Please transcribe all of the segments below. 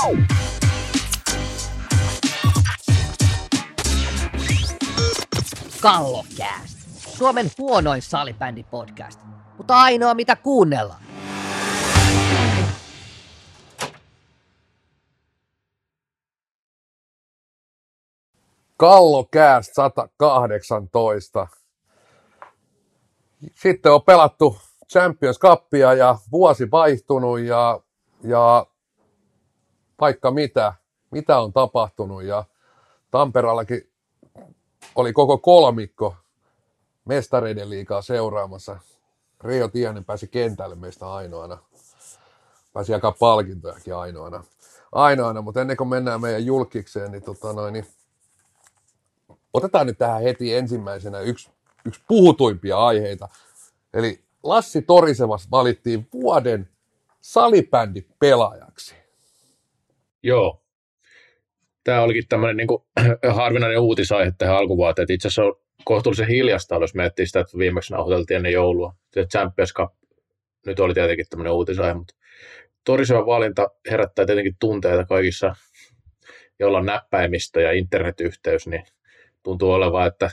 Kallokääst. Suomen huonoin salibändipodcast, mutta ainoa mitä kuunnellaan. Kallokääst 118. Sitten on pelattu Champions Cupia ja vuosi vaihtunut ja vaikka mitä on tapahtunut ja Tampereellakin oli koko kolmikko mestareiden liigaa seuraamassa. Reijo Tiainen pääsi kentälle meistä ainoana. Pääsi jakaa palkintojakin ainoana, mutta ennen kuin mennään meidän julkikseen, niin otetaan nyt tähän heti ensimmäisenä yksi puhutuimpia aiheita. Eli Lassi Torisevas valittiin vuoden salibändipelaajaksi. Joo. Tämä olikin tämmöinen niin kuin harvinainen uutisaihe tähän alkuvuoteen. Itse asiassa on kohtuullisen hiljasta, jos miettii sitä, että viimeksi nauhoiteltiin ennen joulua. Champions Cup nyt oli tietenkin tämmöinen uutisaihe, mutta Torisevan valinta herättää tietenkin tunteita kaikissa, joilla on näppäimistö ja internetyhteys, niin tuntuu olevan, että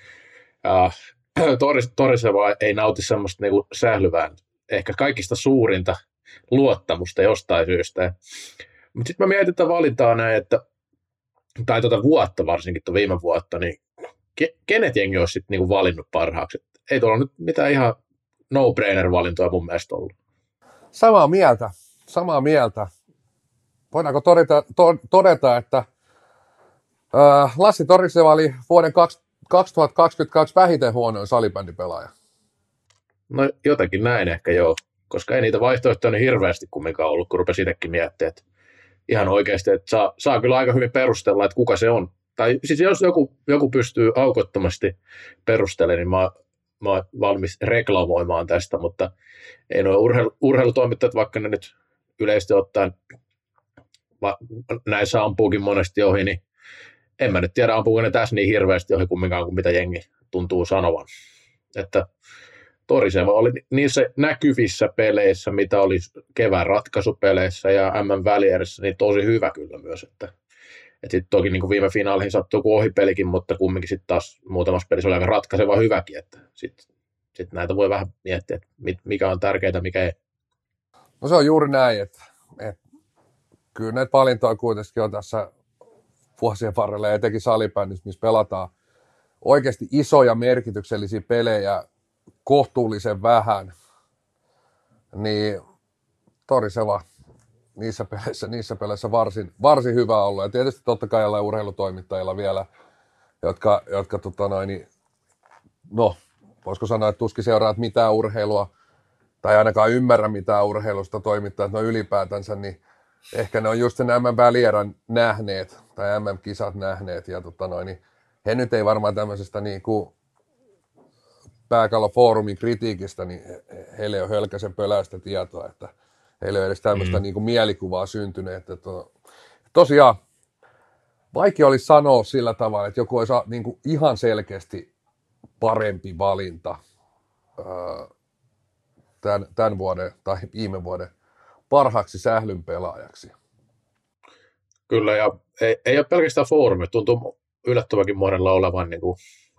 Toriseva ei nauti semmoista niin kuin sählyvää, ehkä kaikista suurinta luottamusta jostain syystä. Mutta sitten mä mietin tätä valintaa näin, tai tuota vuotta varsinkin, tuota viime vuotta, niin kenet jengi olisi sitten niinku valinnut parhaaksi? Ei tuolla nyt mitään ihan no-brainer-valintoja mun mielestä ollut. Samaa mieltä. Voidaanko todeta, että Lassi Toriseva oli vuoden 2022 vähiten huonoin salibändipelaaja? No jotenkin näin ehkä joo, koska ei niitä vaihtoehtoja niin hirveästi kumminkaan ollut, kun rupesi itsekin miettimään, että ihan oikeasti, että saa kyllä aika hyvin perustella, että kuka se on. Tai siis jos joku pystyy aukottomasti perustelemaan, niin mä oon valmis reklamoimaan tästä, mutta ei nuo urheilutoimittajat, vaikka ne nyt yleisesti ottaen näissä ampuukin monesti ohi, niin en mä nyt tiedä, ampuuko ne tässä niin hirveästi ohi kumminkaan kuin mitä jengi tuntuu sanovan. Että Toriseva oli niissä näkyvissä peleissä, mitä oli kevään ratkaisupeleissä ja M-välierissä, niin tosi hyvä kyllä myös. Että sitten toki niin kuin viime finaaliin sattui joku ohipelikin, mutta kumminkin sitten taas muutamassa pelissä oli aika ratkaiseva hyväkin. Että sitten näitä voi vähän miettiä, että mikä on tärkeää, mikä ei. No se on juuri näin, että kyllä näitä valintoja kuitenkin on tässä vuosien varrella ja etenkin salibändissä, missä pelataan oikeasti isoja merkityksellisiä pelejä kohtuullisen vähän, niin Toriseva niissä peleissä varsin hyvä ollut. Ja tietysti totta kai jollain urheilutoimittajilla vielä, jotka voisiko sanoa, että tuskin seuraat mitään urheilua, tai ainakaan ymmärrä mitään urheilusta toimittajat, no ylipäätänsä, niin ehkä ne on just sen MM-välierän nähneet, tai MM-kisat nähneet, ja niin he nyt ei varmaan tämmöisestä niinku Pääkallofoorumin kritiikistä, niin heille ei ole hölkäsen pöläistä tietoa, että heille ei ole edes tämmöistä niin kuin mielikuvaa syntynyt. Että tosiaan vaikea olisi sanoa sillä tavalla, että joku olisi niin kuin ihan selkeästi parempi valinta tämän vuoden tai viime vuoden parhaaksi sählyn pelaajaksi. Kyllä, ja ei ole pelkästään foorumi. Tuntuu yllättävänkin monella olevan niin kuin,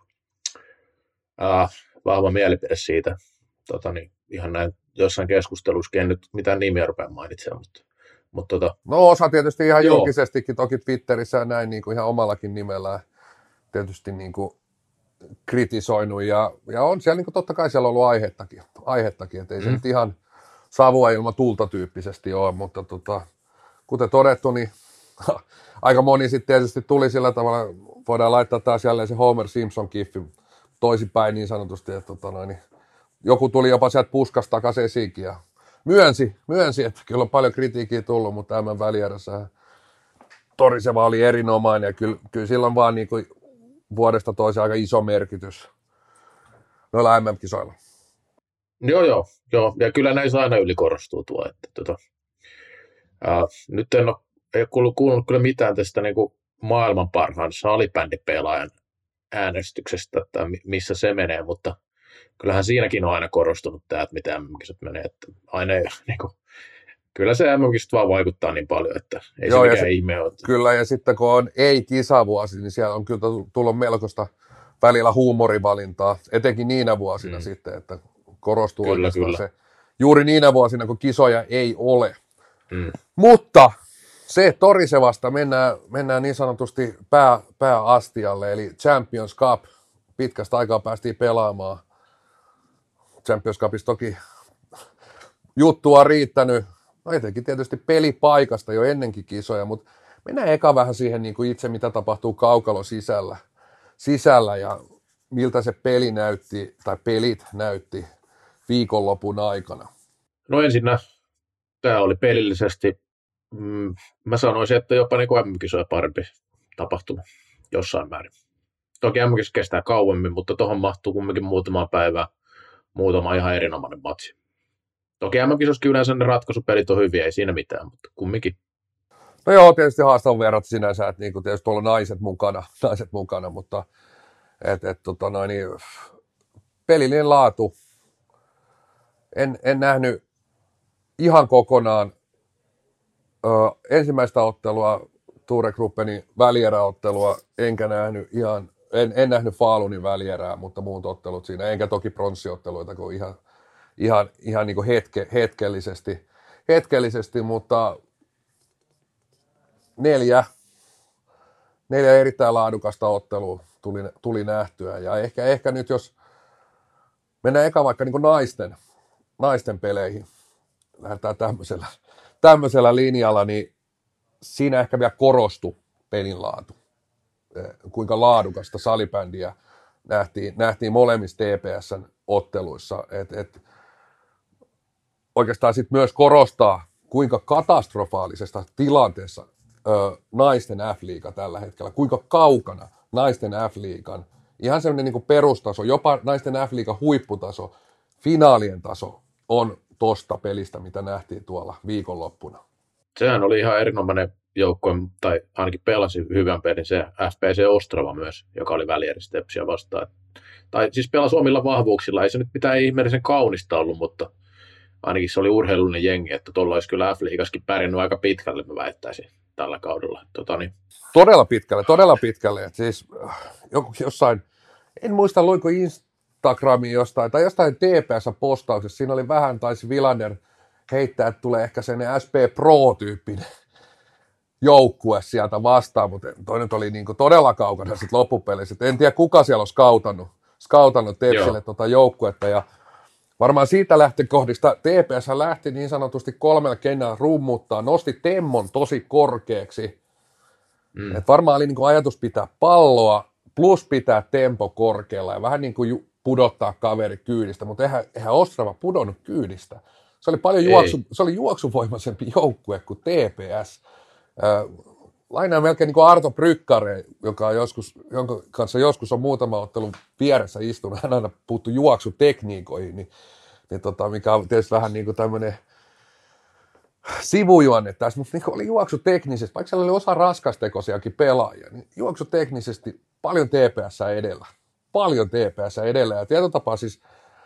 vahva mielipide siitä. Ihan näin jossain keskustelussa, en nyt mitään nimiä rupea mainitsemaan, mutta No osa tietysti ihan julkisestikin, toki Twitterissä ja näin niin kuin ihan omallakin nimellään tietysti niin kuin kritisoinut ja on siellä niin kuin totta kai siellä ollut aihettakin, että ei se nyt ihan savua ilman tulta tyyppisesti ole, mutta kuten todettu, niin aika moni sitten tietysti tuli sillä tavalla, voidaan laittaa taas jälleen se Homer Simpson-kiffi toisinpäin niin sanotusti, että niin joku tuli jopa sieltä puskasta takaisin esiinkin ja myönsi, että kyllä on paljon kritiikkiä tullut, mutta tämän välierässä Toriseva oli erinomainen ja kyllä silloin vaan niin kuin vuodesta toiseen aika iso merkitys noilla MM-kisoilla. Joo, ja kyllä näissä aina ylikorostuu tuo, että nyt en ole kuullut kyllä mitään tästä niin kuin maailman parhaan salibändipelaajan äänestyksestä, että missä se menee, mutta kyllähän siinäkin on aina korostunut tämä, että mitä MM-kisat menee, että aina ei niin kuin Kyllä se MM-kisat vaan vaikuttaa niin paljon, että ei Joo, se mikään ihme ole. Kyllä, ja sitten kun on ei-kisavuosi, niin siellä on kyllä tullut melkoista välillä huumorivalintaa, etenkin niinä vuosina sitten, että korostuu kyllä, oikeastaan se juuri niinä vuosina, kun kisoja ei ole. Mm. Mutta se Torisevasta mennään niin sanotusti pääastialle, eli Champions Cup. Pitkästä aikaa päästiin pelaamaan. Champions Cupissa toki juttua on riittänyt, no etenkin tietysti pelipaikasta jo ennenkin kisoja, mutta mennään eka vähän siihen niin kuin itse, mitä tapahtuu kaukalon sisällä ja miltä se peli näytti, tai pelit näytti viikonlopun aikana. No ensinnä tämä oli pelillisesti, mä sanoisin, että jopa niin kuin MM-kisoja parempi tapahtuma jossain määrin. Toki MM-kisoja kestää kauemmin, mutta tuohon mahtuu kumminkin muutamaan päivään muutama ihan erinomainen matsi. Toki MM-kisossa yleensä ne ratkaisupelit on hyviä, ei siinä mitään, mutta kumminkin. No joo, tietysti haastavan verrat sinänsä, että niin tietysti tuolla on naiset mukana, mutta pelillinen laatu. En nähnyt ihan kokonaan ensimmäistä ottelua, Ture Gruppenin välieräottelua, enkä nähnyt en nähnyt Falunin välierää, mutta muut ottelut siinä, enkä toki pronssiotteluita, kun ihan niin kuin hetkellisesti, mutta neljä erittäin laadukasta ottelua tuli nähtyä, ja ehkä nyt jos mennään eka vaikka niin kuin naisten peleihin, lähdetään tämmöisellä linjalla, niin siinä ehkä vielä korostui pelin laatu. Kuinka laadukasta salibändiä nähtiin molemmissa TPS:n otteluissa. Oikeastaan sitten myös korostaa, kuinka katastrofaalisesta tilanteessa naisten F-liiga tällä hetkellä, kuinka kaukana naisten F-liigan, ihan semmoinen niin kuin perustaso, jopa naisten F-liigan huipputaso, finaalien taso on tosta pelistä, mitä nähtiin tuolla viikonloppuna. Sehän oli ihan erinomainen joukkue, tai ainakin pelasi hyvän pelin se FPC Ostrava myös, joka oli välieristepsiä vastaan. Tai siis pelasi omilla vahvuuksilla, ei se nyt mitään ihmeellisen kaunista ollut, mutta ainakin se oli urheilullinen jengi, että tuolla olisi kyllä F-liigaskin pärjännyt aika pitkälle, mä väittäisin, tällä kaudella. Todella pitkälle. Et siis jossain, en muista luinko Instagramiin jostain TPS-postauksessa, siinä oli vähän, taisi Vilander heittää, että tulee ehkä sen SP Pro-tyyppinen joukkue sieltä vastaan, mutta toinen oli niin kuin todella kaukana sitten loppupelissä. En tiedä, kuka siellä on skautannut Tepsille joukkuetta, ja varmaan siitä lähtökohdista TPS lähti niin sanotusti 3 kennalla rummuttaa, nosti temmon tosi korkeaksi. Et varmaan oli niin kuin ajatus pitää palloa, plus pitää tempo korkealla ja vähän niin kuin pudottaa kaveri kyydistä, mutta eihän Ostrava pudonnut kyydistä. Se oli paljon juoksuvoimaisempi joukkue kuin TPS. Lainaan melkein niin kuin Arto Brykkare, jonka kanssa joskus on muutama ottelu vieressä istunut. Hän aina puuttui juoksutekniikoihin, mikä on tietysti vähän niin kuin tämmöinen sivujuonne tässä, mutta niin oli juoksuteknisesti, vaikka siellä oli osa raskastekoisiakin pelaajia, niin juoksuteknisesti paljon TPS edellä. Ja tietotapaa siis,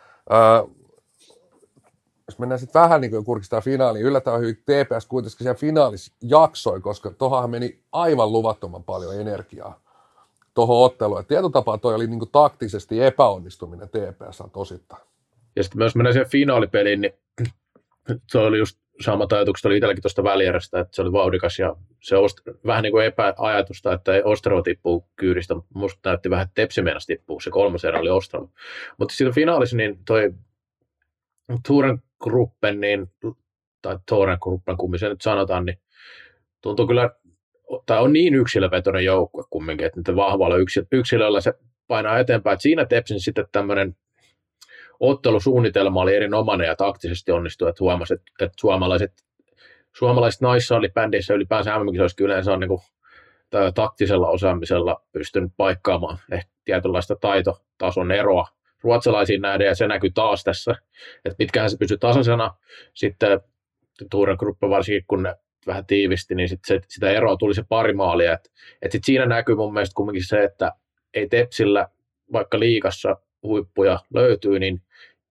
jos mennään sitten vähän niin kuin kurkistaa finaaliin, yllättävän hyvin TPS kuitenkin siellä finaalissa jaksoi, koska tuohonhan meni aivan luvattoman paljon energiaa tuohon otteluun. Ja tietotapaa toi oli niin kuin taktisesti epäonnistuminen TPS tosittain. Ja sitten myös mennään siihen finaalipeliin, niin se oli just samat ajatukset oli itselläkin tuosta välierästä, että se oli vauhdikas ja se vähän niin kuin epäajatusta, että Ostrava tippuu kyydistä. Musta näytti vähän, että Tepsi meinasi tippuu, se 3. erä oli Ostrava. Mutta sitten finaalissa niin toi Thorengruppen, tai Thorengruppen, kummin se nyt sanotaan, niin tuntuu kyllä, tai on niin yksilövetoinen joukkue kumminkin, että niiden vahvalla yksilöllä se painaa eteenpäin. Et siinä Tepsin sitten tämmöinen ottelusuunnitelma oli erinomainen ja taktisesti onnistui, että huomasi, että suomalaiset naissalibändissä ylipäänsä MM-kisoissa yleensä on niin kuin taktisella osaamisella pystynyt paikkaamaan ehkä tietynlaista taitotason eroa ruotsalaisiin nähden, ja se näkyy taas tässä, että pitkähän se pysyi tasaisena. Sitten Thorengruppen varsinkin, kun ne vähän tiivisti, niin sitä eroa tuli se pari maalia. Että sit siinä näkyy mun mielestä kumminkin se, että ei Tepsillä, vaikka liigassa huippuja löytyy, niin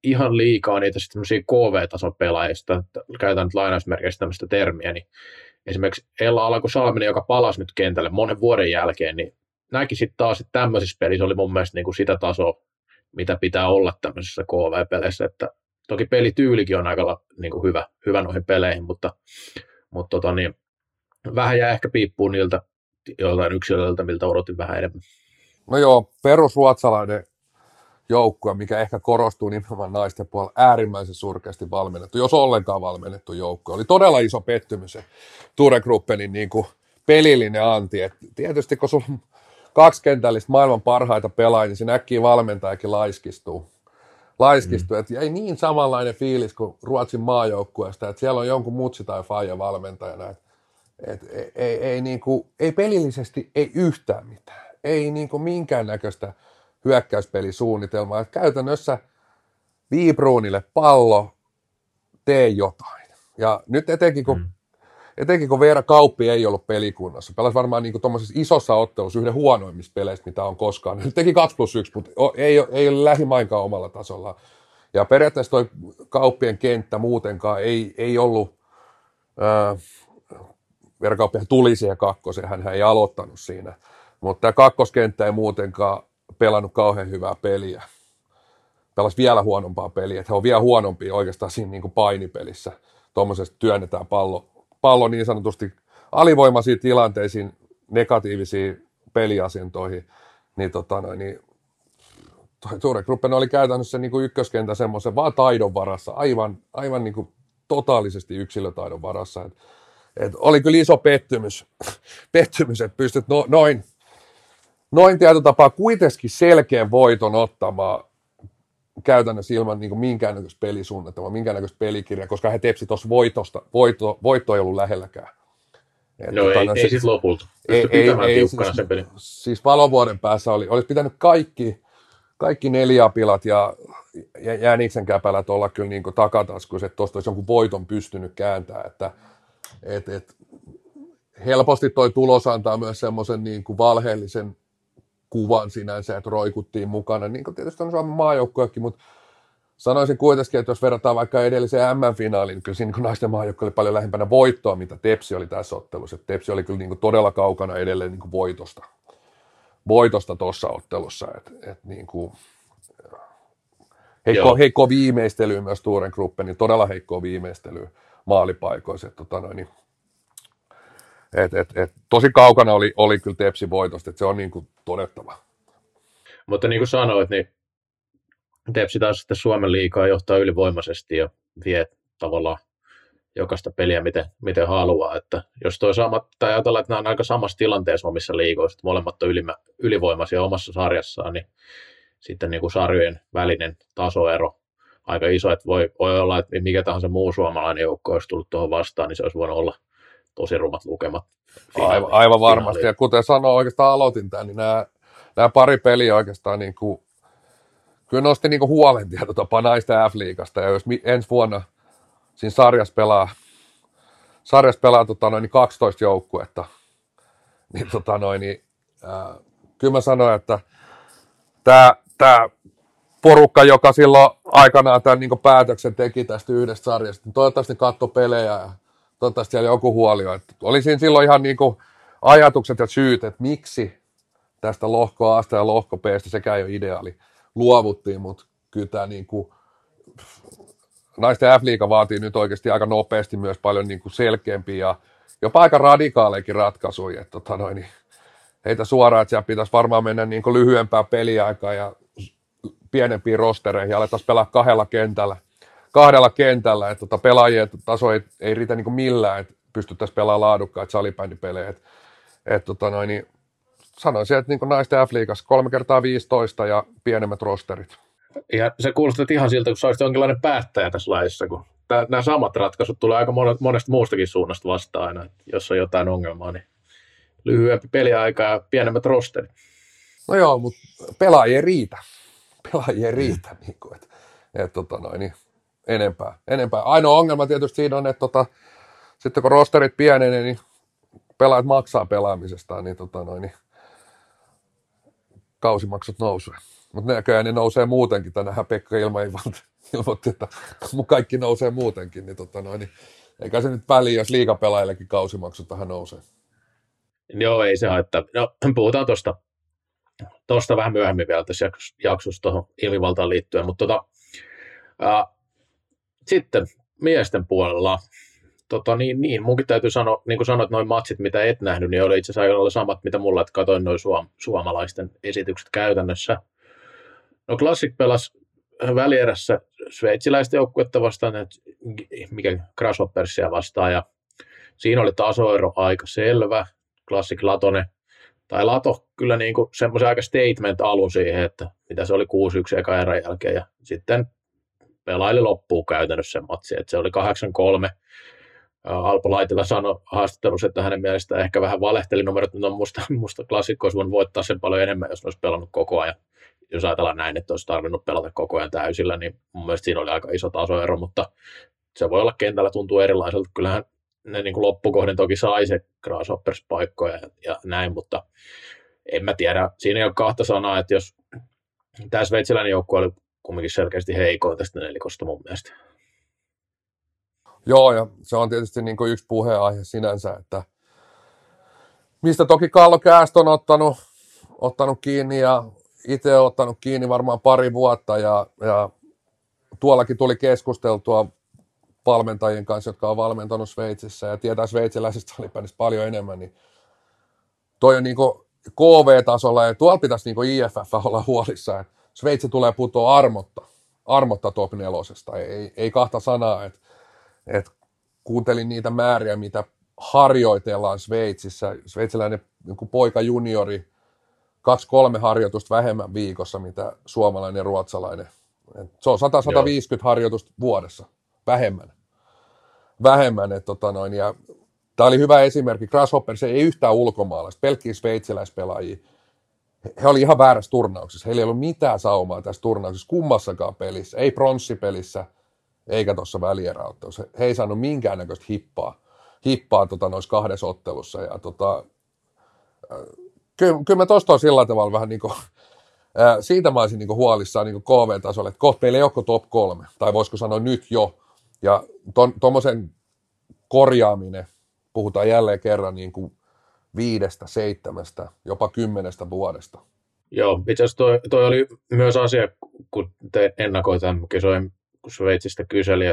ihan liikaa niitä semmoisia KV-tason pelaajista, käytän nyt lainausmerkeistä tämmöistä termiä, niin esimerkiksi Ella Alanko-Salminen, joka palasi nyt kentälle monen vuoden jälkeen, niin näki sitten taas, että tämmöisissä pelissä oli mun mielestä niin kuin sitä tasoa, mitä pitää olla tämmöisissä KV-peleissä, että toki pelityylikin on aika niin kuin hyvä noihin peleihin, mutta niin, vähän jää ehkä piippuun niiltä joiltain yksilöiltä, miltä odotin vähän enemmän. No joo, perusruotsalainen joukkue, mikä ehkä korostuu nimenomaan naisten puolella, äärimmäisen surkeasti valmennettu, jos ollenkaan valmennettu joukkue. Oli todella iso pettymys se Ture Gruppenin niin kuin pelillinen anti. Et tietysti kun sulla on kaksikentällistä maailman parhaita pelaajia, niin se näkki valmentajakin laiskistuu. Et ei niin samanlainen fiilis kuin Ruotsin maajoukkueesta, että siellä on jonkun mutsi tai faija valmentajana. Ei pelillisesti ei yhtään mitään. Ei niin kuin minkäännäköistä hyökkäyspelisuunnitelmaa. Että käytännössä Viibruunille pallo, tee jotain. Ja nyt etenkin kun Veera Kauppi ei ollut pelikunnassa, pelasi varmaan niin tuommoisessa isossa ottelussa yhden huonoimmista peleistä, mitä on koskaan. Hän teki 2+1, mutta ei ole lähimainkaan omalla tasolla. Ja periaatteessa toi Kauppien kenttä muutenkaan ei ollut, Veera Kauppihan tuli siihen kakkoseen, hän ei aloittanut siinä. Mutta tämä kakkoskenttä ei muutenkaan pelannut kauhean hyvää peliä. Pelasi vielä huonompaa peliä, että he on vielä huonompia oikeastaan siinä niin kuin painipelissä. Tuommoisesta työnnetään pallo niin sanotusti alivoimaisiin tilanteisiin, negatiivisiin peliasentoihin. Niin, Ture Gruppen oli käytännössä niin kuin ykköskenttä semmoisen vaan taidon varassa, aivan niin kuin totaalisesti yksilötaidon varassa. Et oli kyllä iso pettymys, että pystyt noin tietotapaa kuitenkin selkeän voiton ottamaan käytännössä ilman niin minkäännäköistä pelisuunnitelmaa, minkäännäköistä pelikirjaa, koska he tepsi tuossa voitto ei ollut lähelläkään. No ei sitten lopulta. Siis valovuoden päässä olisi pitänyt kaikki neliapilat ja Jäniksen käpälät olla kyllä niin takataskuissa, että tuosta olisi jonkun voiton pystynyt kääntämään, että helposti toi tulos antaa myös semmoisen niin kuin valheellisen kuvan sinänsä, että roikuttiin mukana, niin kuin tietysti on Suomen maajoukkuekin, mutta sanoisin kuitenkin, että jos verrataan vaikka edelliseen MM-finaaliin, niin kyllä siinä niin naisten maajoukkue oli paljon lähempänä voittoa, mitä Tepsi oli tässä ottelussa. Että Tepsi oli kyllä niin kuin todella kaukana edelleen niin kuin voitosta tuossa ottelussa. Niin kuin heikko viimeistelyä myös Turen Gruppen, niin todella heikkoa viimeistelyä maalipaikoissa. Tosi kaukana oli kyllä Tepsi voitosta, että se on niin kuin todettava. Mutta niin kuin sanoit, niin Tepsi taas sitten Suomen liigaa johtaa ylivoimaisesti ja vie tavallaan jokaista peliä miten haluaa. Että jos tai ajatellaan, että nämä on aika samassa tilanteessa omissa liigoissa, että molemmat on ylivoimaisia omassa sarjassaan, niin sitten niin kuin sarjojen välinen tasoero aika iso, että voi olla, että mikä tahansa muu suomalainen joukko olisi tullut tuohon vastaan, niin se olisi voinut olla tosi rumat lukemat. Aivan varmasti, ja kuten sanoin, oikeastaan aloitin tämän, niin nämä pari peliä oikeastaan niin kuin, kyllä nosti niin kuin huolen tietotapaa naisten F-liigasta, ja jos ensi vuonna siinä sarjassa pelaa 12 joukkuetta, niin, kyllä mä sanoin, että tämä porukka, joka silloin aikanaan tämän niin kuin päätöksen teki tästä yhdestä sarjasta, niin toivottavasti katsoi pelejä ja toivottavasti siellä joku huoli on. Oli siinä silloin ihan niin kuin ajatukset ja syyt, että miksi tästä lohko A:sta ja lohko B:stä, sekä ei ole ideaali, luovuttiin, mutta kyllä tämä niin kuin, naisten F-liiga vaatii nyt oikeasti aika nopeasti myös paljon niin kuin selkeämpiä ja jopa aika radikaalejakin ratkaisuja. Että, niin, heitä suoraan, että siellä pitäisi varmaan mennä niin kuin lyhyempää peliaikaa ja pienempiin rostereihin ja alettaisiin pelaa kahdella kentällä, että pelaajien taso ei riitä niin kuin millään, että pystyttäisiin pelaamaan laadukkaita salibändipelejä. Niin, sanoisin, että niin kuin naisten F-liigassa 3x15 ja pienemmät rosterit. Ja se kuulostaa ihan siltä, kun sä olisit jonkinlainen päättäjä tässä lajissa, kun nämä samat ratkaisut tulee aika monesta muustakin suunnasta vastaan aina, että jos on jotain ongelmaa, niin lyhyempi peliaika ja pienemmät rosterit. No joo, mutta pelaajia ei riitä. Niin kuin, niin enempää. Ainoa ongelma tietysti siinä on, että sitten kun rosterit pienenee, niin pelaajat maksaa pelaamisestaan, niin, niin kausimaksut nousee. Mutta näköjään ne nousee muutenkin, tänään Pekka Ilmaivalta ilmoitti, että mun kaikki nousee muutenkin, niin eikä se nyt väliä, jos liigapelaajillekin kausimaksut vähän nousee. Joo, ei se haittaa. No, puhutaan tuosta vähän myöhemmin vielä tässä jaksossa tuohon ilmivaltaan liittyen, mutta sitten miesten puolella, munkin täytyy sanoa, niin kuin sanoit, noin matsit, mitä et nähnyt, niin oli itse asiassa aika samat, mitä mulla, että katsoin noin suomalaisten esitykset käytännössä. No Classic pelasi välierässä sveitsiläistä joukkuetta vastaan, mikä Grasshoppersia vastaan, ja siinä oli tasoero aika selvä. Classic Latonen, tai Lato kyllä niin kuin semmoisen aika statement alun siihen, että mitä se oli 6-1 eka erän jälkeen, ja sitten pelaili loppuun käytännössä sen matsi, että se oli 8-3. Alpo Laitila sanoi haastattelussa, että hänen mielestään ehkä vähän valehteli numerot, mutta musta Klassikko olisi voinut voittaa sen paljon enemmän, jos ne olisi pelannut koko ajan. Jos ajatellaan näin, että olisi tarvinnut pelata koko ajan täysillä, niin mun mielestä siinä oli aika iso tasoero, mutta se voi olla kentällä tuntuu erilaiselta. Kyllähän ne niin kuin loppukohdin toki sai se Grasshoppers paikkoja ja näin, mutta en mä tiedä. Siinä ei ole kahta sanaa, että jos tämä sveitsiläinen joukkue oli kumminkin selkeästi heikoin tästä nelikosta mun mielestä. Joo, ja se on tietysti niin kuin yksi puheenaihe sinänsä, että mistä toki Kallo Kääst on ottanut kiinni ja itse olen ottanut kiinni varmaan pari vuotta ja tuollakin tuli keskusteltua valmentajien kanssa, jotka on valmentanut Sveitsissä ja tietää sveitsiläisestä salibändistä paljon enemmän, niin toi on niin kuin KV-tasolla ja tuolla pitäisi niin kuin IFF olla huolissaan. Sveitsi tulee putoa armotta top 4. Ei kahta sanaa, että kuuntelin niitä määriä, mitä harjoitellaan Sveitsissä. Sveitsiläinen niin poika juniori, 2-3 harjoitusta vähemmän viikossa, mitä suomalainen ja ruotsalainen. Se on 100-150 harjoitusta vuodessa, vähemmän. Ja tämä oli hyvä esimerkki. Grasshopper, se ei yhtään ulkomaalaista, pelkkiä sveitsiläispelaajia. He oli ihan väärässä turnauksessa. Heillä ei ollut mitään saumaa tässä turnauksessa, kummassakaan pelissä. Ei pronssipelissä, eikä tuossa välieräottelussa. He ei saanut minkäännäköistä hippaa noissa 2 ottelussa. Ja kyllä mä tuosta on sillä tavalla vähän niin kuin, siitä mä olisin niin kuin huolissaan niin kuin KV-tasolla, että kohta meillä ei ole top 3, tai voisiko sanoa nyt jo. Ja tuommoisen korjaaminen, puhutaan jälleen kerran niin kuin 5, 7, jopa 10 vuodesta. Joo, itse asiassa toi oli myös asia, kun te ennakoitte kisojen, kun Sveitsistä kyseli ja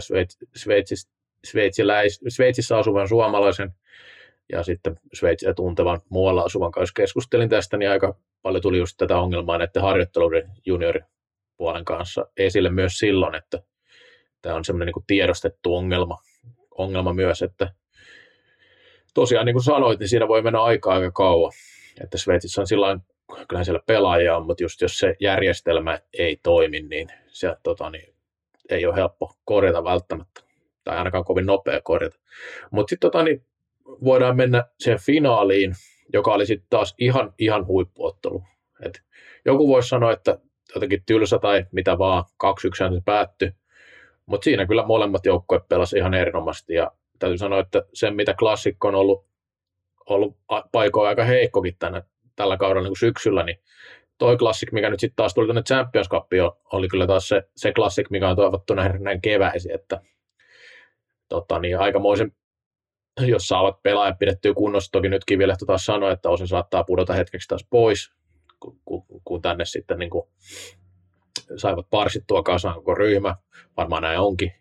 Sveitsissä asuvan suomalaisen ja sitten Sveitsiä tuntevan muualla asuvan kanssa keskustelin tästä, niin aika paljon tuli just tätä ongelmaa näiden harjoitteluiden junioripuolen kanssa esille myös silloin, että tämä on semmoinen niin kuin tiedostettu ongelma myös, että tosiaan niin kuin sanoit, niin siinä voi mennä aika kauan, että Sveitsissä on sillain, kyllähän siellä pelaajia on, mutta just jos se järjestelmä ei toimi, niin se ei ole helppo korjata välttämättä, tai ainakaan kovin nopea korjata. Mutta sitten voidaan mennä siihen finaaliin, joka oli sitten taas ihan huippuottelu. Et joku voisi sanoa, että jotenkin tylsä tai mitä vaan, 2-1 se päättyi, mutta siinä kyllä molemmat joukkueet pelasivat ihan erinomaisesti, ja täytyy sanoa, että se mitä Klassikko on ollut paikoin aika heikkokin tällä kaudella niin kuin syksyllä, niin toi Classic, mikä nyt sitten taas tuli tuonne Champions Cupiin, oli kyllä taas se Classic, mikä on toivottu näin keväisin, että aikamoisen, jos saavat pelaajat pidettyä kunnossa, toki nytkin vielä taas sanoa, että osa saattaa pudota hetkeksi taas pois, kun tänne sitten niin kuin saivat parsittua kasaan koko ryhmä, varmaan näin onkin,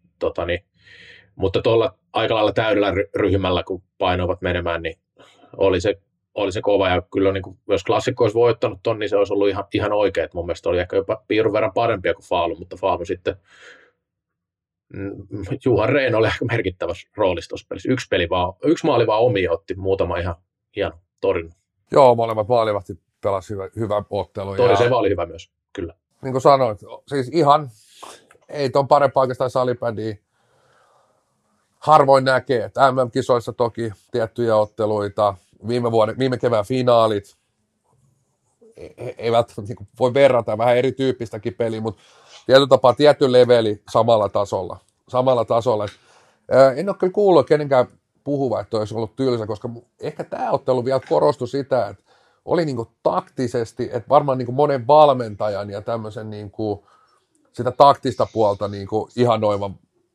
mutta tuolla aika lailla täydellä ryhmällä, kun painoivat menemään, niin oli se kova, ja kyllä niin kuin, jos Klassikko olisi voittanut ton, niin se olisi ollut ihan oikein, että mun mielestä oli ehkä jopa piirun verran parempia kuin Falun, mutta Falun sitten Juhan Rehn oli aika merkittävässä roolissa tuossa pelissä. Yksi maali vaan omi otti, muutama ihan hieno torjunut. Joo, molemmat maalivahti pelasi hyvä ottelu. Toriseva oli hyvä myös, kyllä. Niin kuin sanoit, siis ihan ei ton parempaa oikeastaan salibändiä harvoin näkee. Että MM-kisoissa toki tiettyjä otteluita, viime kevään finaalit, ei välttämättä niin voi verrata, vähän erityyppistäkin peliä, mutta tietyllä tapaa tietty leveli samalla tasolla. En ole kyllä kuullut kenenkään puhuva, että olisi ollut tylsä, koska ehkä tämä ottelu vielä korostui sitä, että oli niin kuin taktisesti, että varmaan niin kuin monen valmentajan ja tämmöisen niin kuin sitä taktista puolta niin kuin ihanoivan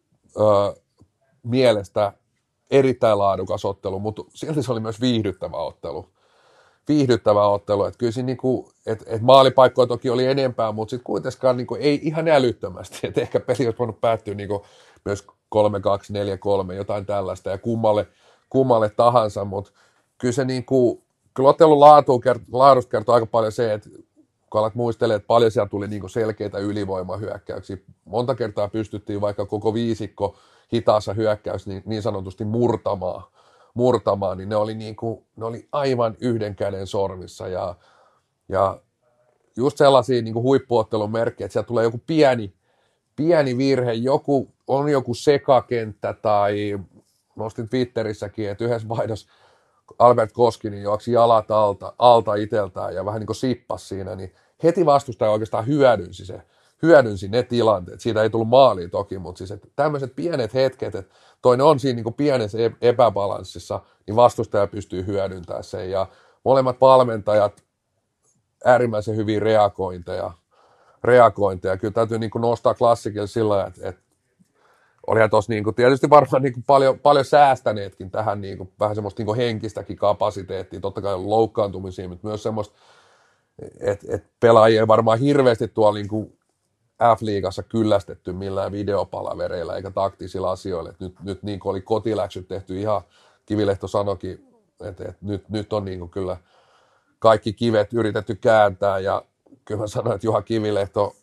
mielestä erittäin laadukas ottelu, mutta silti se oli myös viihdyttävä ottelu, että kyllä siinä niinku, et maalipaikkoja toki oli enempää, mutta sitten kuitenkaan niinku ei ihan älyttömästi, että ehkä peli olisi voinut päättyä niinku myös 3-2, 4-3, jotain tällaista ja kummalle tahansa, mutta kyllä se niinku, kyllä ottelun laadusta kertoo aika paljon se, että kun alat muistelemaan, että paljon siellä tuli niinku selkeitä ylivoimahyökkäyksiä, monta kertaa pystyttiin vaikka koko viisikko hitaassa hyökkäys niin sanotusti murtamaan, niin ne oli aivan yhden käden sormissa ja just sellaisia niin kuin huippuottelun merkkejä, että siellä tulee joku pieni virhe, joku sekakenttä tai nostin Twitterissäkin, että yhdessä vaihdossa Albert Koskinen juoksi jalat alta itseltään ja vähän niin kuin sippas siinä, niin heti vastustaja oikeastaan hyödynsi ne tilanteet. Siitä ei tullut maaliin toki, mutta siis tämmöiset pienet hetket, että toinen on siinä niin kuin pienessä epäbalanssissa, niin vastustaja pystyy hyödyntämään sen. Ja molemmat valmentajat äärimmäisen hyviä reagointeja. Kyllä täytyy niin kuin nostaa klassikilla sillä, että olihan tuossa niin kuin, tietysti varmaan niin kuin paljon säästäneetkin tähän niin kuin, vähän semmoista niin kuin henkistäkin kapasiteettia. Totta kai on loukkaantumisia, mutta myös semmoista, että pelaajia ei varmaan hirveästi tuolla niin kuin F-liigassa kyllästetty millään videopalavereilla eikä taktisilla asioilla. Et nyt niin kuin oli kotiläksyt tehty ihan, Kivilehto sanoikin, että nyt on niin kuin kyllä kaikki kivet yritetty kääntää ja kyllä mä sanoin, että Juha Kivilehto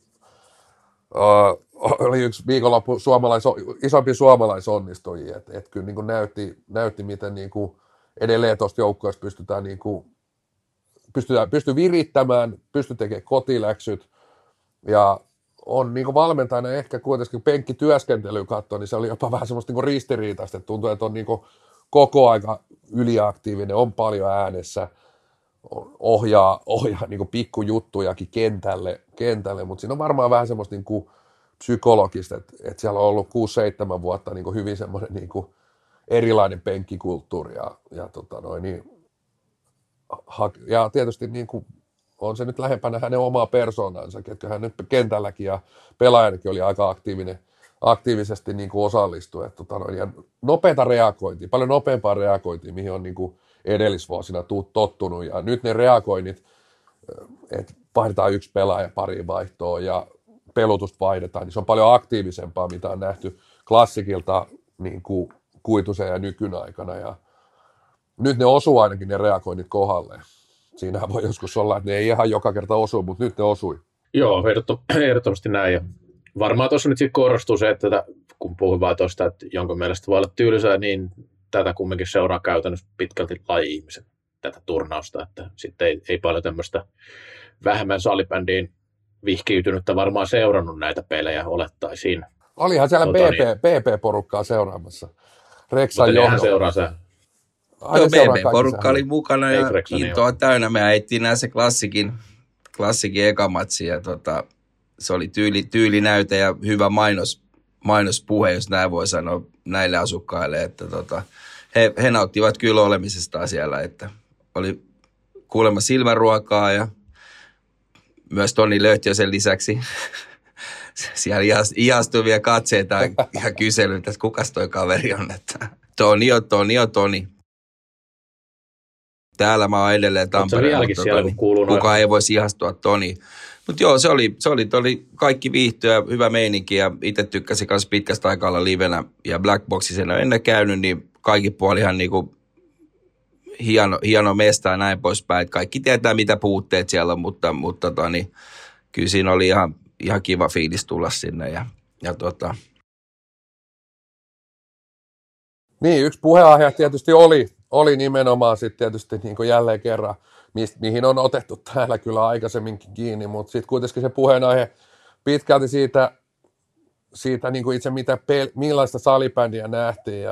oli yksi viikonloppu isompi suomalaisonnistujia, että kyllä niin kuin näytti, miten niin kuin edelleen tuosta joukkueesta pystytään niin kuin, pystyy virittämään, pystyy tekemään kotiläksyt ja on niin kuin valmentajana ehkä kuitenkin penkkityöskentelyä katsoa, niin se oli jopa vähän semmoista niin kuin ristiriitaista, että tuntuu, että on niin kuin koko aika yliaktiivinen, on paljon äänessä, ohjaa niin kuin pikkujuttujakin kentälle, mutta siinä on varmaan vähän semmoista niin kuin psykologista, että siellä on ollut 6-7 vuotta niin kuin hyvin semmoinen niin kuin erilainen penkkikulttuuri ja tietysti niin kuin on se nyt lähempänä hänen omaa persoonansa, että hän nyt kentälläkin ja pelaajanakin oli aika aktiivisesti niin kuin osallistui. Ja nopeata reagointia, paljon nopeampaa reagointia, mihin on niin kuin edellisvuosina tottunut. Ja nyt ne reagoinnit, että vaihdetaan yksi pelaaja pariin vaihtoon ja pelutusta vaihdetaan, niin se on paljon aktiivisempaa, mitä on nähty klassikilta niin kuin Kuitusen ja nykyn aikana. Ja nyt ne osuu ainakin ne reagoinnit kohdalleen. Siinähän voi joskus olla, että ne ei ihan joka kerta osu, mutta nyt ne osui. Joo, ehdottomasti näin. Ja varmaan tuossa nyt sitten korostuu se, että kun puhuin vaan tuosta, että jonkun mielestä voi olla tylsää, niin tätä kumminkin seuraa käytännössä pitkälti laji-ihmiset tätä turnausta. Että sitten ei paljon tämmöistä vähemmän salibändiin vihkiytynyttä varmaan seurannut näitä pelejä olettaisiin. Olihan siellä BP-porukkaa seuraamassa. Reksan johdolla. Seuraa se. Joo, BB-porukka oli mukana ja intoa täynnä. Me ajettiin näissä klassikin ekamatsi ja se oli tyylinäyte ja hyvä mainospuhe, jos näin voi sanoa näille asukkaille, että he nauttivat kyllä olemisestaan siellä, että oli kuulemma silmänruokaa ja myös Toni Löhtjösen lisäksi siellä ihastuvia katseita ja kyselyitä, että kukas toi kaveri on, että Toni. Täällä mä oon edelleen Tampereella, kukaan ei voisi ihastua Toni. Mutta joo, se oli kaikki viihtyä, hyvä meininki ja itse tykkäsin myös pitkästä aikaa olla livenä ja Blackboxissa en ole ennen käynyt, niin kaikki puolihan niinku hieno mesta ja näin poispäin. Kaikki tietää, mitä puutteet siellä on, mutta kyllä siinä oli ihan kiva fiilis tulla sinne. Niin, yksi puheenaihe tietysti oli nimenomaan sitten tietysti niin kuin jälleen kerran, mihin on otettu täällä kyllä aikaisemminkin kiinni, mutta sitten kuitenkin se puheenaihe pitkälti siitä niin kuin itse millaista salibändiä nähtiin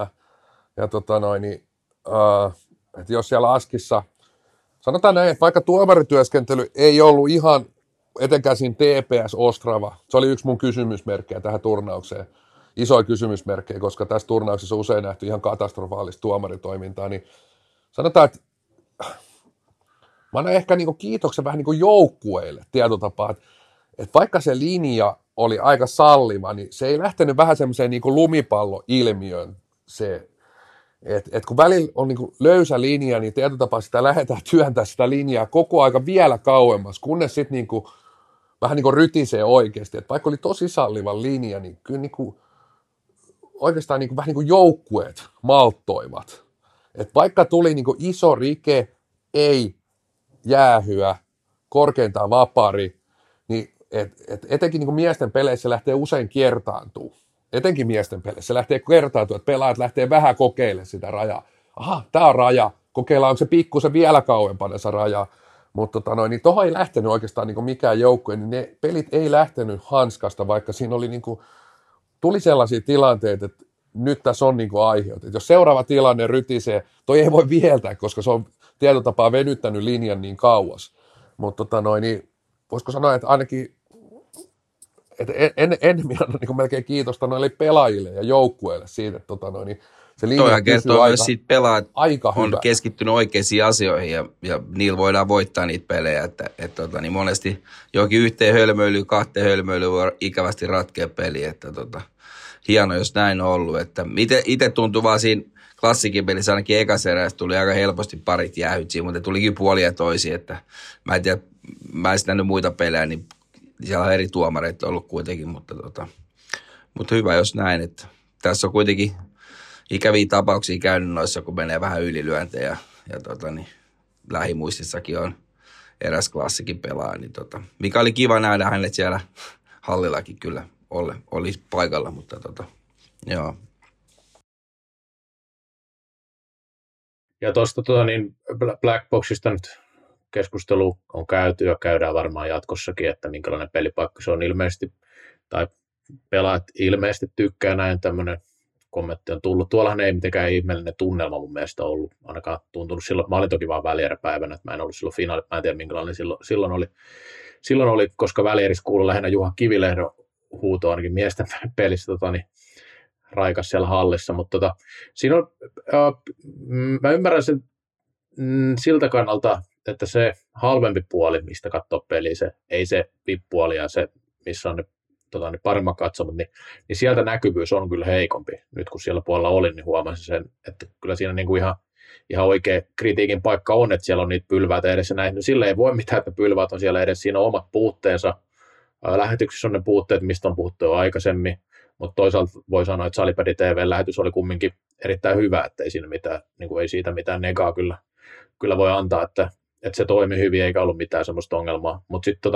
että jos siellä Askissa, sanotaan näin, että vaikka tuomarityöskentely ei ollut ihan etenkään siinä TPS Ostrava, se oli yksi mun kysymysmerkkejä tähän turnaukseen, isoja kysymysmerkkejä, koska tässä turnauksessa on usein nähty ihan katastrofaalista tuomaritoimintaa, niin sanotaan, että mä annan ehkä niinku kiitoksen vähän niin kuin joukkueille tietotapaa, että vaikka se linja oli aika salliva, niin se ei lähtenyt vähän semmoiseen niin kuin lumipalloilmiöön se, että kun välillä on niin kuin löysä linja, niin tietyllä tapaa sitä lähdetään työntää sitä linjaa koko aika vielä kauemmas, kunnes sitten niin kuin, vähän niin kuin rytisee oikeasti, että vaikka oli tosi salliva linja, niin kyllä niin kuin, oikeastaan niin kuin, vähän niin kuin joukkueet malttoivat. Että vaikka tuli niin kuin iso rike, ei jäähyä, korkeintaan vapari, niin etenkin niin kuin miesten peleissä lähtee usein kiertaantuu. Etenkin miesten peleissä lähtee kertaantua, että pelaajat lähtee vähän kokeilemaan sitä rajaa. Aha, tämä on raja, kokeillaan, onko se pikkusen vielä kauempana se raja. Mutta niin tuohon ei lähtenyt oikeastaan niin kuin mikään joukkue, niin ne pelit ei lähtenyt hanskasta, vaikka siinä oli niin kuin, tuli sellaisia tilanteita, että nyt tässä on niin kuin aiheut. Että jos seuraava tilanne rytisee, toi ei voi vieltää, koska se on tietotapaa venyttänyt linjan niin kauas. Mutta niin voisiko sanoa, että ainakin että enemmän on niin melkein kiitosta noille pelaajille ja joukkueille siitä, että niin se linja toihan kertoo myös siitä pelaajat on hyvä. Keskittynyt oikeisiin asioihin ja niillä voidaan voittaa niitä pelejä, että niin monesti johonkin yhteen hölmöilyyn, kahteen hölmöilyyn voi ikävästi ratkea peli, että hieno, jos näin on ollut, että itse tuntuu vaan siinä klassikin pelissä ainakin ekassa erässä tuli aika helposti parit jäähyt siinä, mutta tulikin puolia ja toisia, että mä en tiedä, mä en nähnyt muita pelejä, niin siellä on eri tuomareita ollut kuitenkin, mutta hyvä jos näin, että tässä on kuitenkin ikäviä tapauksia käynyt noissa, kun menee vähän ylilyöntejä ja niin lähimuistissakin on eräs klassikin pelaa, niin mikä oli kiva nähdä hänet siellä hallillakin kyllä oli paikalla, mutta joo. Ja tuosta niin Black Boxista nyt keskustelu on käyty ja käydään varmaan jatkossakin, että minkälainen pelipaikka se on ilmeisesti, tai pelaajat ilmeisesti tykkää, näin tämmöinen kommentti on tullut. Tuollahan ei mitenkään ihmeellinen tunnelma mun mielestä ollut, ainakaan tuntunut silloin. Mä olin toki vaan välieräpäivänä, että mä en ollut silloin finaali, mä en tiedä minkälainen silloin oli, koska välierissä kuului lähinnä Juha Kivilehdon huuto ainakin miesten pelissä, niin raikas siellä hallissa, mutta siinä on, mä ymmärrän sen siltä kannalta, että se halvempi puoli, mistä katsoo peliä, ei se VIP-puoli ja se, missä on ne paremmat katsomut, niin sieltä näkyvyys on kyllä heikompi. Nyt kun siellä puolella olin, niin huomasin sen, että kyllä siinä niin kuin ihan oikea kritiikin paikka on, että siellä on niitä pylväitä edessä näin. No sille ei voi mitään, että pylväät on siellä edessä, siinä on omat puutteensa. Lähetyksissä on ne puutteet, mistä on puhuttu jo aikaisemmin, mutta toisaalta voi sanoa, että Salipädi TV-lähetys oli kumminkin erittäin hyvä, että ei siinä mitään, niin kuin ei siitä mitään negaa kyllä voi antaa, että se toimi hyvin eikä ollut mitään semmoista ongelmaa. Mutta sitten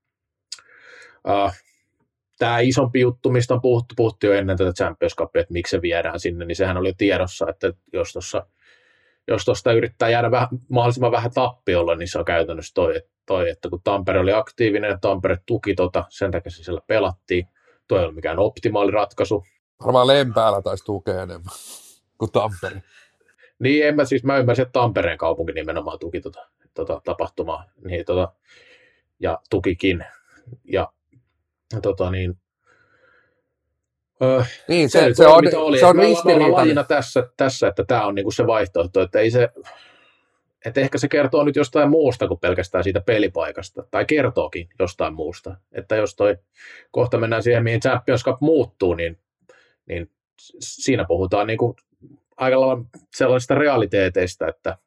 tämä isompi juttu, mistä on puhuttu jo ennen tätä Champions Cupia, että miksi se viedään sinne, niin sehän oli jo tiedossa, että jos tuosta yrittää jäädä mahdollisimman vähän tappiolla, niin se on käytännössä toi, että kun Tampere oli aktiivinen ja Tampere tuki sen takia se siellä pelattiin, toi ei ole mikään optimaali ratkaisu. Varmaan Lempäällä taisi tukea enemmän kuin Tampere. Niin, mä ymmärsin, että Tampereen kaupunki nimenomaan tuki tapahtumaa, niin, ja tukikin, ja niin, se on ristiriitainen tässä, että tämä on niinku se vaihtoehto, että ei se, että ehkä se kertoo nyt jostain muusta kuin pelkästään siitä pelipaikasta, tai kertookin jostain muusta, että jos kohta mennään siihen, mihin Champions Cup muuttuu, niin siinä puhutaan niinku aika lailla sellaisista realiteeteista, että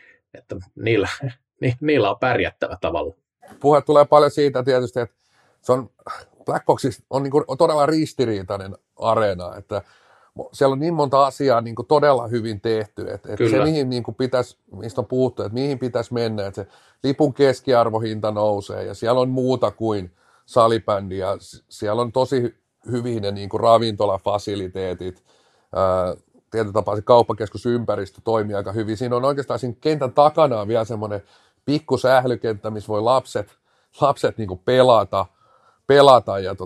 niillä on pärjättävä tavalla. Puhe tulee paljon siitä tietysti, että se on Black Boxissa on niin kuin todella ristiriitainen areena, että siellä on niin monta asiaa niin kuin todella hyvin tehty, että se mihin niin kuin pitäisi, mistä on puhuttu, että mihin pitäisi mennä, että se lipun keskiarvohinta nousee ja siellä on muuta kuin salibändi ja siellä on tosi hyvin ne niin kuin ravintolafasiliteetit, tietyllä tapaa se kauppakeskusympäristö toimii aika hyvin. Siinä on oikeastaan siinä kentän takana on vielä semmoinen pikku sählykenttä, missä voi lapset niin kuin pelata ja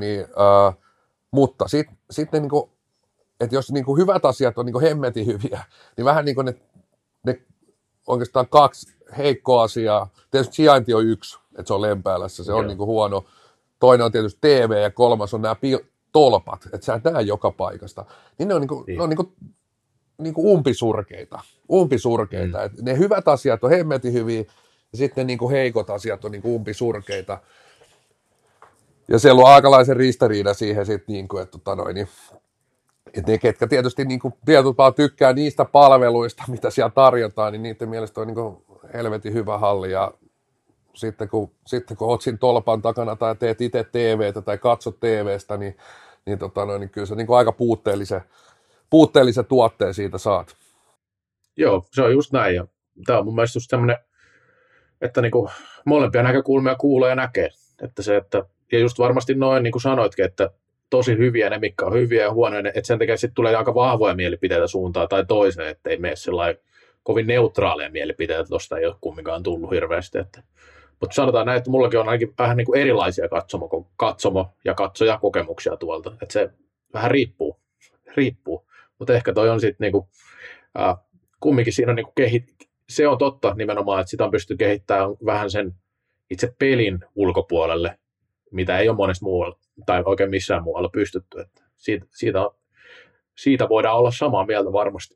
mutta sitten niin kuin, että jos niin kuin hyvät asiat on niin kuin hemmetin hyviä, niin vähän niin kuin ne oikeastaan kaksi heikkoa asiaa. Tietysti sijainti on yksi, että se on Lempäälässä, se on niin kuin huono. Toinen on tietysti TV ja kolmas on nämä tolpat, että sä et näe joka paikasta. Niin ne on, ne on niin kuin umpisurkeita. Ne hyvät asiat on hemmetin hyviä ja sitten niin kuin heikot asiat on niin kuin umpisurkeita. Ja siellä on aikalaisen ristiriida siihen sitten, niin kuin, että ne, ketkä tietysti niin kuin tietyt vaan tykkää niistä palveluista, mitä siellä tarjotaan, niin niiden mielestä on niin kuin helvetin hyvä halli. Ja sitten kun oot siinä tolpan takana tai teet itse TVtä tai katsot TVstä, niin kyllä se niin kuin aika puutteellisen tuotteen siitä saat. Joo, se on just näin. Ja tämä on mun mielestä just tämmöinen, että niin kuin molempia näkökulmia kuulee ja näkee. Ja just varmasti noin, niin kuin sanoitkin, että tosi hyviä ne, mitkä on hyviä ja huonoja, että sen takia sitten tulee aika vahvoja mielipiteitä suuntaan tai toiseen, ettei mene sellainen kovin neutraaleja mielipiteitä, tuosta ei ole kumminkaan tullut hirveästi. Mutta sanotaan näin, että mullakin on ainakin vähän niin kuin erilaisia katsomo- ja katsojakokemuksia tuolta, että se vähän riippuu. Mutta ehkä toi on sitten niinku, kumminkin siinä on niinku se on totta nimenomaan, että sitä on pystytty kehittämään vähän sen itse pelin ulkopuolelle, mitä ei ole monessa muualla tai oikein missään muualla pystytty. Että siitä voidaan olla samaa mieltä varmasti.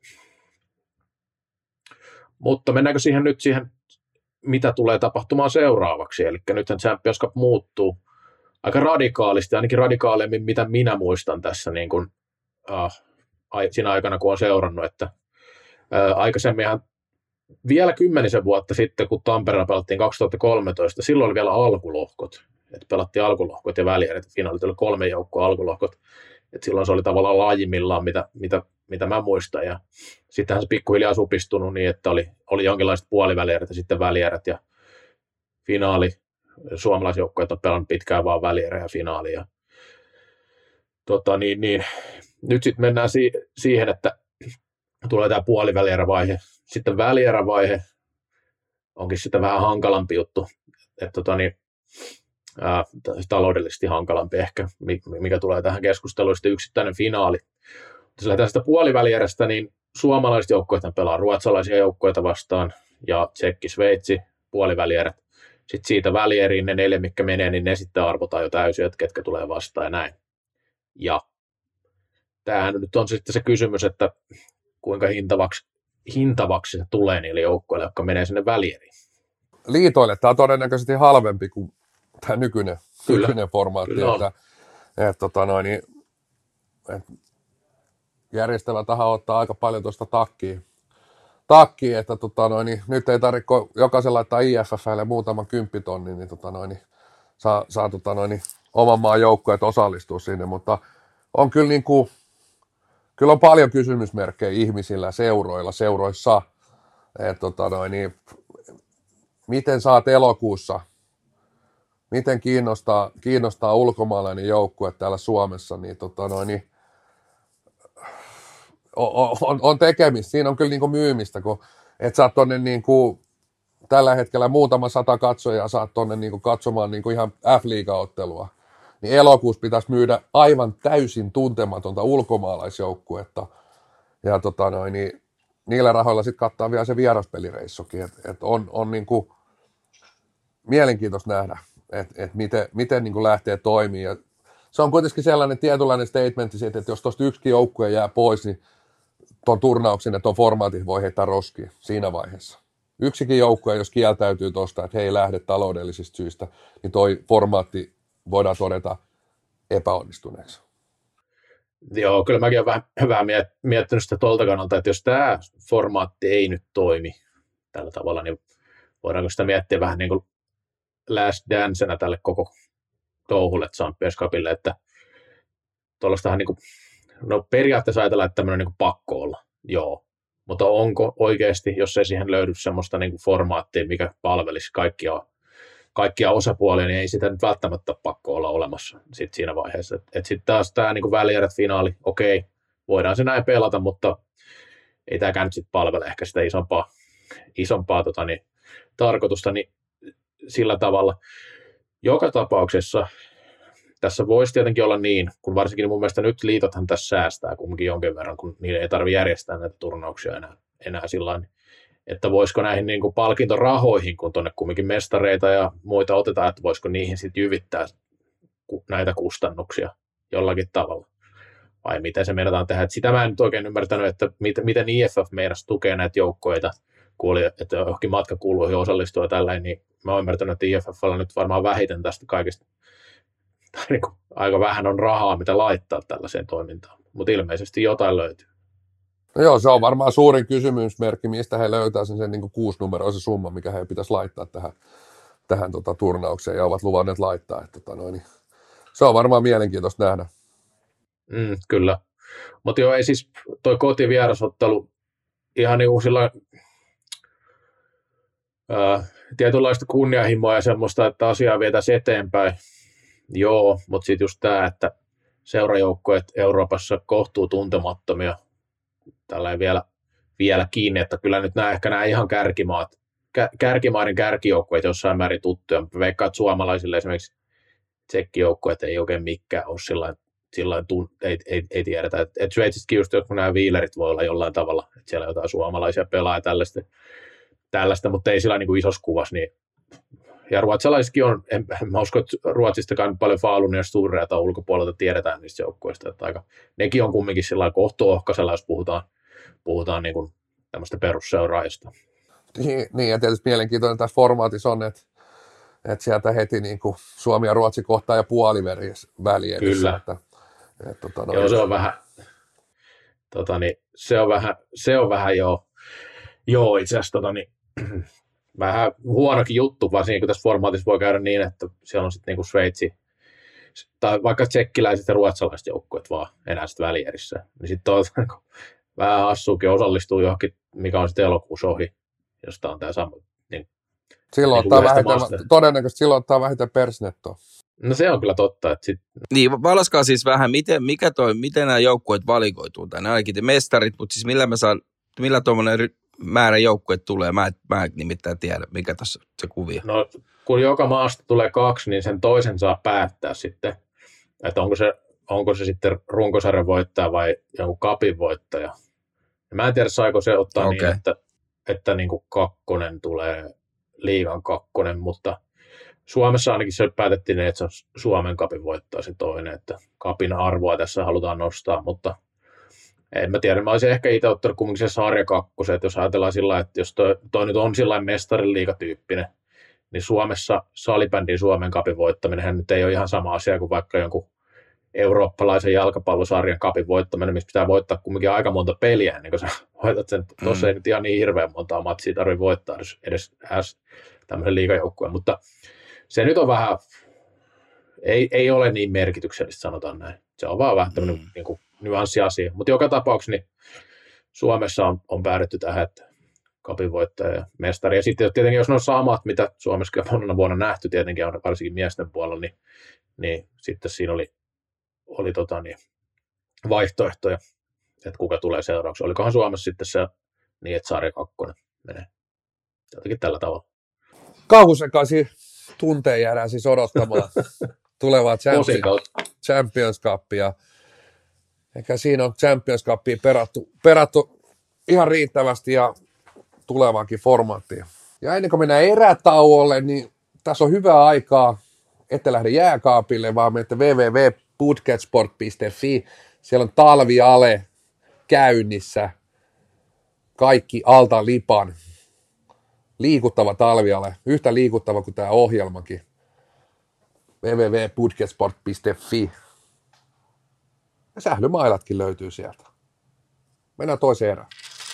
Mutta mennäänkö siihen mitä tulee tapahtumaan seuraavaksi? Eli nythän Champions Cup muuttuu aika radikaalisti, ainakin radikaalimmin, mitä minä muistan tässä niin kuin, siinä aikana, kun olen seurannut, että aikaisemminhan vielä 10 vuotta sitten, kun Tampereella pelattiin 2013, silloin oli vielä alkulohkot. Että pelattiin alkulohkot ja välierit, finaalit oli 3 joukkoa alkulohkot. Että silloin se oli tavallaan laajimmillaan, mitä mä muistan. Ja sittenhän se pikkuhiljaa supistunut niin, että oli jonkinlaiset puolivälierät ja sitten välierät ja finaali. Suomalaisjoukkoja on pelannut pitkään vaan välierä ja finaali. Ja, nyt sitten mennään siihen, että tulee tämä puolivälierävaihe. Sitten välierävaihe onkin sitten vähän hankalampi juttu, että taloudellisesti hankalampi ehkä, mikä tulee tähän keskusteluun, sitten yksittäinen finaali. Jos lähdetään sitä puolivälierästä, niin suomalaiset joukkueet pelaa ruotsalaisia joukkueita vastaan ja Tsekki, Sveitsi, puolivälierät. Sitten siitä välieriin ne 4, mitkä menee, niin ne sitten arvotaan jo täysin, että ketkä tulee vastaan ja näin. Ja tämähän nyt on sitten se kysymys, että kuinka hintavaksi se tulee niille joukkoille, jotka menee sinne välieriin. Liitoille tämä on todennäköisesti halvempi kuin tämä nykyinen formaatti. Kyllä että järjestävä taho ottaa aika paljon tuosta takkiin, että nyt ei tarvitse jokaisen laittaa IFF:lle muutaman 10 000, niin saa oman maan joukkueet osallistua sinne, mutta on kyllä kyllä on paljon kysymysmerkkejä ihmisillä, seuroissa, että miten saat elokuussa, miten kiinnostaa ulkomaalainen joukkue täällä Suomessa, niin on tekemistä. Siinä on kyllä myymistä, kun et saat tonne tällä hetkellä muutama 100 katsojaa saat tonne katsomaan ihan F-liiga-ottelua. Niin elokuussa pitäisi myydä aivan täysin tuntematonta ulkomaalaisjoukkuetta. Ja niillä rahoilla sitten kattaa vielä se vieraspelireissukin. Et on mielenkiintoista nähdä, että miten lähtee toimimaan. Se on kuitenkin sellainen tietynlainen statementti, että jos tuosta yksikin joukkue jää pois, niin tuon turnauksen ja tuon formaatin voi heittää roskiin siinä vaiheessa. Yksikin joukkue, jos kieltäytyy tuosta, että he ei lähde taloudellisista syistä, niin toi formaatti voidaan todeta epäonnistuneeksi. Joo, kyllä mäkin olen vähän miettinyt sitä tuolta kannalta, että jos tämä formaatti ei nyt toimi tällä tavalla, niin voidaanko sitä miettiä vähän niin kuin last dancenä tälle koko touhulle Champions Cupille, että tuollaistahan niin kuin, periaatteessa ajatellaan, että tämmöinen niin pakko olla, joo, mutta onko oikeasti, jos ei siihen löydy semmoista niin kuin formaattia, mikä palvelisi kaikkia osapuolia, niin ei sitä nyt välttämättä pakko olla olemassa sit siinä vaiheessa. Et sitten taas tämä niin välierät finaali, okei, voidaan se näin pelata, mutta ei tämäkään nyt sitten palvele ehkä sitä isompaa tarkoitusta, niin sillä tavalla. Joka tapauksessa tässä voisi tietenkin olla niin, kun varsinkin mun mielestä nyt liitothan tässä säästää kumminkin jonkin verran, kun niille ei tarvitse järjestää näitä turnauksia enää sillain, että voisiko näihin niin kuin palkintorahoihin, kun tuonne kumminkin mestareita ja muita otetaan, että voisiko niihin sitten jyvittää näitä kustannuksia jollakin tavalla. Vai miten se meinataan tehdä. Että sitä mä en nyt oikein ymmärtänyt, että miten IFF meinasi tukea näitä joukkoita, kun oli, että johonkin matkakuluihin osallistua ja tällainen, niin mä oon ymmärtänyt, että IFF:llä nyt varmaan vähiten tästä kaikesta niin kuin, aika vähän on rahaa, mitä laittaa tällaiseen toimintaan. Mutta ilmeisesti jotain löytyy. No joo, se on varmaan suurin kysymysmerkki, mistä he löytää sen niin 6-numeroisen summan, mikä he pitäisi laittaa tähän turnaukseen ja ovat luvanneet laittaa. Että, niin se on varmaan mielenkiintoista nähdä. Kyllä. Mutta joo, ei siis toi kotivierasottelu ihan niin kuin sillä tietynlaista kunnianhimoa ja semmoista, että asiaa vietäisiin eteenpäin. Joo, mutta sitten just tämä, että seurajoukkueet Euroopassa kohtuu tuntemattomia tällainen vielä kiinni, että kyllä nyt ehkä nämä ihan kärkimaiden kärkijoukkueet jossain määrin tuttuja, mutta veikkaan, että suomalaisille esimerkiksi tsekkijoukkueet ei oikein mikään ole sillain ei tiedetä, että Sveitsistäkin just jotkut nämä viilerit voi olla jollain tavalla, että siellä jotain suomalaisia pelaa tällaista, mutta ei sillä niin kuin isossa kuvassa, niin ja ruotsalaisissakin on, en mä usko, että Ruotsistakaan paljon Falunia ja Sturrea tai ulkopuolelta tiedetään niistä joukkueista, että nekin on kumminkin sillä kohtuohkaisella, jos puhutaan niin kuin tämmöistä perusseuraajista. Niin, ja tietysti mielenkiintoinen tässä formaatissa on, että sieltä heti niin kuin Suomi ja Ruotsi kohtaa ja puolivälissä. Kyllä. Joo, se on vähän, se on vähän joo itse asiassa vähän huonokin juttu, varsinkin kun tässä formaatissa voi käydä niin, että siellä on sitten niinku Sveitsi, tai vaikka tsekkiläiset ja ruotsalaiset joukkueet vaan enää sitten välierissä. Niin sitten vähän hassuukin osallistuu johonkin, mikä on sitten elokuussa ohi, josta on tämä sama. Niin, silloin todennäköisesti silloin ottaa vähiten persnettoa. No se on kyllä totta. Että Niin, valaskaa siis vähän, miten nämä joukkueet valikoituu tänne, ainakin te mestarit, mutta siis millä tuommoinen määrä joukkueet tulee? Mä en nimittäin tiedä, mikä tässä se kuvio. No, kun joka maasta tulee 2, niin sen toisen saa päättää sitten, että onko se sitten runkosarjan voittaja vai jonkun kapin voittaja. Ja mä en tiedä, saiko se ottaa niin, että niin kuin 2 tulee liigan 2, mutta Suomessa ainakin se päätettiin, että se on Suomen kapin voittaja se toinen, että kapin arvoa tässä halutaan nostaa, mutta en mä tiedä, mä olisin ehkä itse ottanut kumminkin se sarja 2, että jos ajatellaan sillä, että jos toi nyt on sillain mestarin liigatyyppinen, niin Suomessa salibändin Suomen kapin voittaminen nyt ei ole ihan sama asia kuin vaikka jonkun eurooppalaisen jalkapallosarjan kapin voittaminen, missä pitää voittaa kumminkin aika monta peliä, niin kun sä voitat sen, tuossa ei nyt ihan niin hirveän montaa matsia tarvitse voittaa edes tämmöisen liigajoukkueen, mutta se nyt on vähän, ei ole niin merkityksellistä, sanotaan näin. Se on vaan vähän tämmöinen niin kuin nyanssiasia. Mutta joka tapauksessa niin Suomessa on päädytty tähän, että kapin voittaja ja mestari. Ja sitten tietenkin, jos ne on samat, mitä Suomessa on monena vuonna nähty, tietenkin on varsinkin miesten puolella, niin sitten siinä oli vaihtoehtoja, että kuka tulee seuraavaksi. Olikohan Suomessa sitten se niin, että sarja 2 menee jotenkin tällä tavalla. Kauhusekaisin tunteen jäädään siis odottamaan tulevaa Champions Cupia. Ehkä siinä on Champions Cupia perattu ihan riittävästi ja tulevaankin formaattiin. Ja ennen kuin mennään erätauolle, niin tässä on hyvää aikaa, ette lähde jääkaapille, vaan menette www.budgetsport.fi. Siellä on talviale käynnissä. Kaikki alta lipan. Liikuttava talviale, yhtä liikuttava kuin tämä ohjelmakin. www.budgetsport.fi. Ja sählymailatkin löytyy sieltä. Mennään toiseen erään.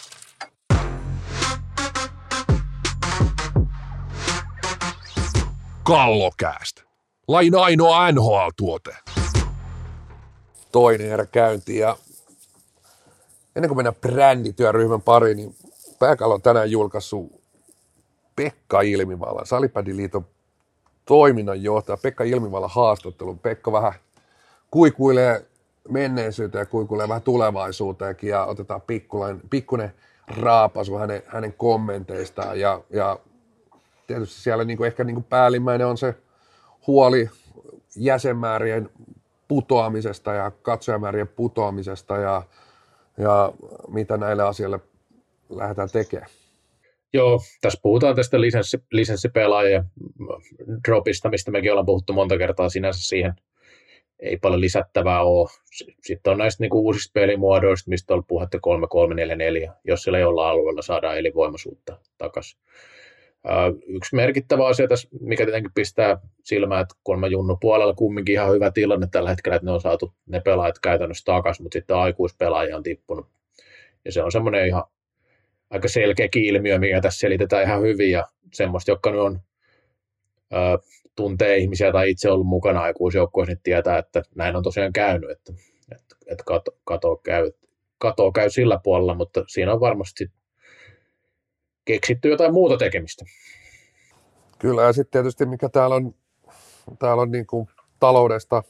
Kallokääst. Lain ainoa NHL-tuote. Toinen erä käyntiin ja ennen kuin mennään brändityöryhmän pariin, niin Pääkallo on tänään julkaissut Pekka Ilmivallan, Salibändiliiton toiminnanjohtaja Pekka Ilmivallan haastattelun. Pekka vähän kuikuilee menneisyyteen ja kuikuilee vähän tulevaisuuteenkin ja otetaan pikkuinen raapasu hänen kommenteistaan ja tietysti siellä ehkä päällimmäinen on se huoli jäsenmäärien putoamisesta ja katsojamäärien putoamisesta ja mitä näille asioille lähdetään tekemään. Joo, tässä puhutaan tästä lisenssipelaajien dropista, mistä mekin ollaan puhuttu monta kertaa, sinänsä siihen ei paljon lisättävää ole. Sitten on näistä niinku uusista pelimuodoista, mistä on puhetta 3-3-4-4, jos siellä jollain alueella saadaan elinvoimaisuutta takaisin. Yksi merkittävä asia tässä, mikä tietenkin pistää silmään, että kun mä Junnu puolella kumminkin ihan hyvä tilanne tällä hetkellä, että ne on saatu ne pelaajat käytännössä takaisin, mutta sitten aikuispelaajia on tippunut. Ja se on semmoinen ihan aika selkeäkin ilmiö, mikä tässä selitetään ihan hyvin, ja semmoista, jotka nyt on tuntee ihmisiä tai itse ollut mukana aikuisjoukkueessa, niin tietää, että näin on tosiaan käynyt, että katoa käy sillä puolella, mutta siinä on varmasti keksitty jotain muuta tekemistä. Kyllä, ja sitten tietysti mikä täällä on niin kuin taloudesta,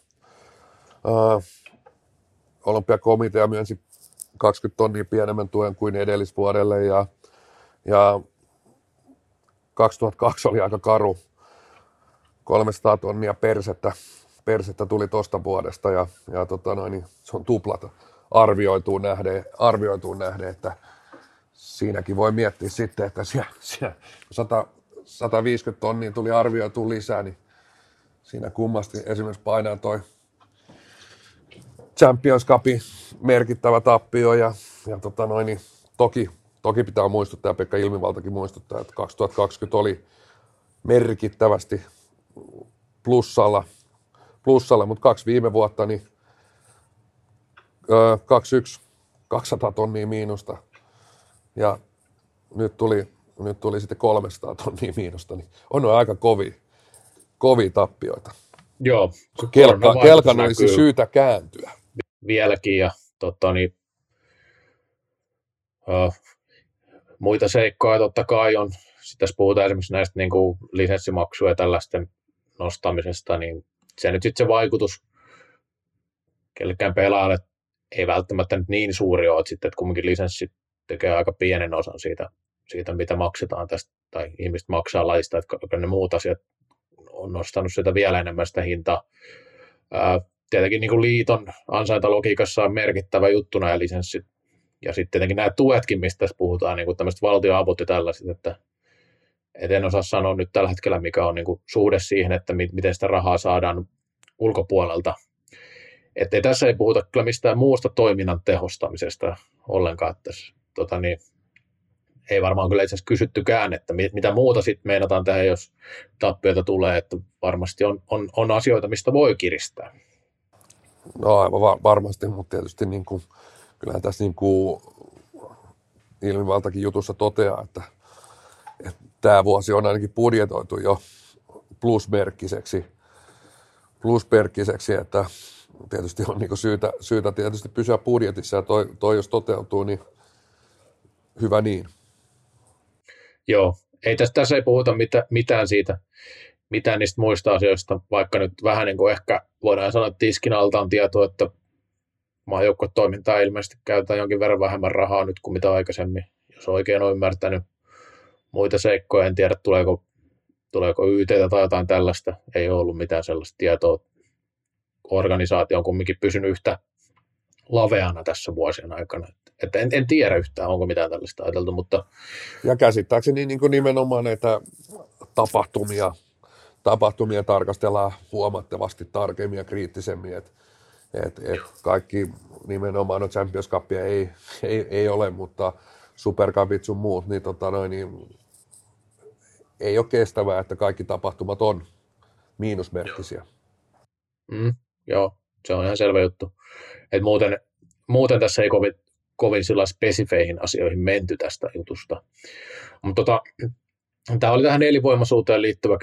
olympiakomitea myönsi 20 tonnia pienemmän tuen kuin edellisvuodelle, ja 2002 oli aika karu, 300 tonnia persettä tuli tosta vuodesta, ja niin se on tuplata arvioituun nähden, että siinäkin voi miettiä sitten, että siellä 150 tonnia tuli arvioitua lisää, niin siinä kummasti esimerkiksi painaa toi Champions Cupin merkittävä tappio, ja niin toki pitää muistuttaa, ja Pekka Ilmivaltakin muistuttaa, että 2020 oli merkittävästi plussalla, mutta 2 viime vuotta, niin 21 200 tonnia miinusta, ja nyt tuli sitten 300 tonnia miinusta, niin on aika kovia tappioita. Joo. Kelkan olisi syytä kääntyä. Vieläkin, ja muita seikkoja totta kai on. Sitten tässä puhutaan esimerkiksi näistä niin kuin lisenssimaksuja ja tällaisten nostamisesta, niin se nyt sitten se vaikutus kellekään pelaajalle ei välttämättä nyt niin suuri ole, että kumminkin lisenssi tekee aika pienen osan siitä mitä maksetaan tästä, tai ihmiset maksaa lajista, että ne muut asiat on nostanut sitä vielä enemmän sitä hintaa. Tietenkin niin kuin liiton ansaintalogiikassa on merkittävä juttu nämä lisenssit, ja sitten tietenkin nämä tuetkin, mistä tässä puhutaan, niin kuin tämmöiset valtioavut ja tällaiset, että en osaa sanoa nyt tällä hetkellä, mikä on niin kuin suhde siihen, että miten sitä rahaa saadaan ulkopuolelta. Että tässä ei puhuta kyllä mistään muusta toiminnan tehostamisesta ollenkaan. Ei varmaan kyllä itse asiassa kysyttykään, että mitä muuta sitten meinataan tehdä, jos tappioita tulee, että varmasti on asioita, mistä voi kiristää. No aivan varmasti, mutta tietysti niin kuin, kyllähän tässä niin kuin Ilmivaltakin jutussa toteaa, että tämä vuosi on ainakin budjetoitu jo plusmerkkiseksi, että tietysti on niin syytä tietysti pysyä budjetissa, ja toi jos toteutuu, niin hyvä niin. Joo, ei tässä ei puhuta mitään niistä muista asioista, vaikka nyt vähän niin kuin ehkä voidaan sanoa, että tiskin alta on tietoa, että maajoukkuetoimintaa ilmeisesti käytetään jonkin verran vähemmän rahaa nyt kuin mitä aikaisemmin, jos oikein on ymmärtänyt muita seikkoja. En tiedä, tuleeko YT:tä tai jotain tällaista, ei ole ollut mitään sellaista tietoa. Organisaatio on kumminkin pysynyt yhtä laveana tässä vuosien aikana. Että en tiedä yhtään, onko mitään tällaista ajateltu, mutta... Ja käsittääkseni niin kuin nimenomaan näitä tapahtumia tarkastellaan huomattavasti tarkemmin ja kriittisemmin, että kaikki nimenomaan Champions Cupia ei ole, mutta Supercupit sun muut, niin, niin ei ole kestävää, että kaikki tapahtumat on miinusmerkkisiä. Joo, se on ihan selvä juttu. Et muuten tässä ei kovin spesifeihin asioihin menty tästä jutusta. Mutta tämä oli tähän elinvoimaisuuteen liittyvä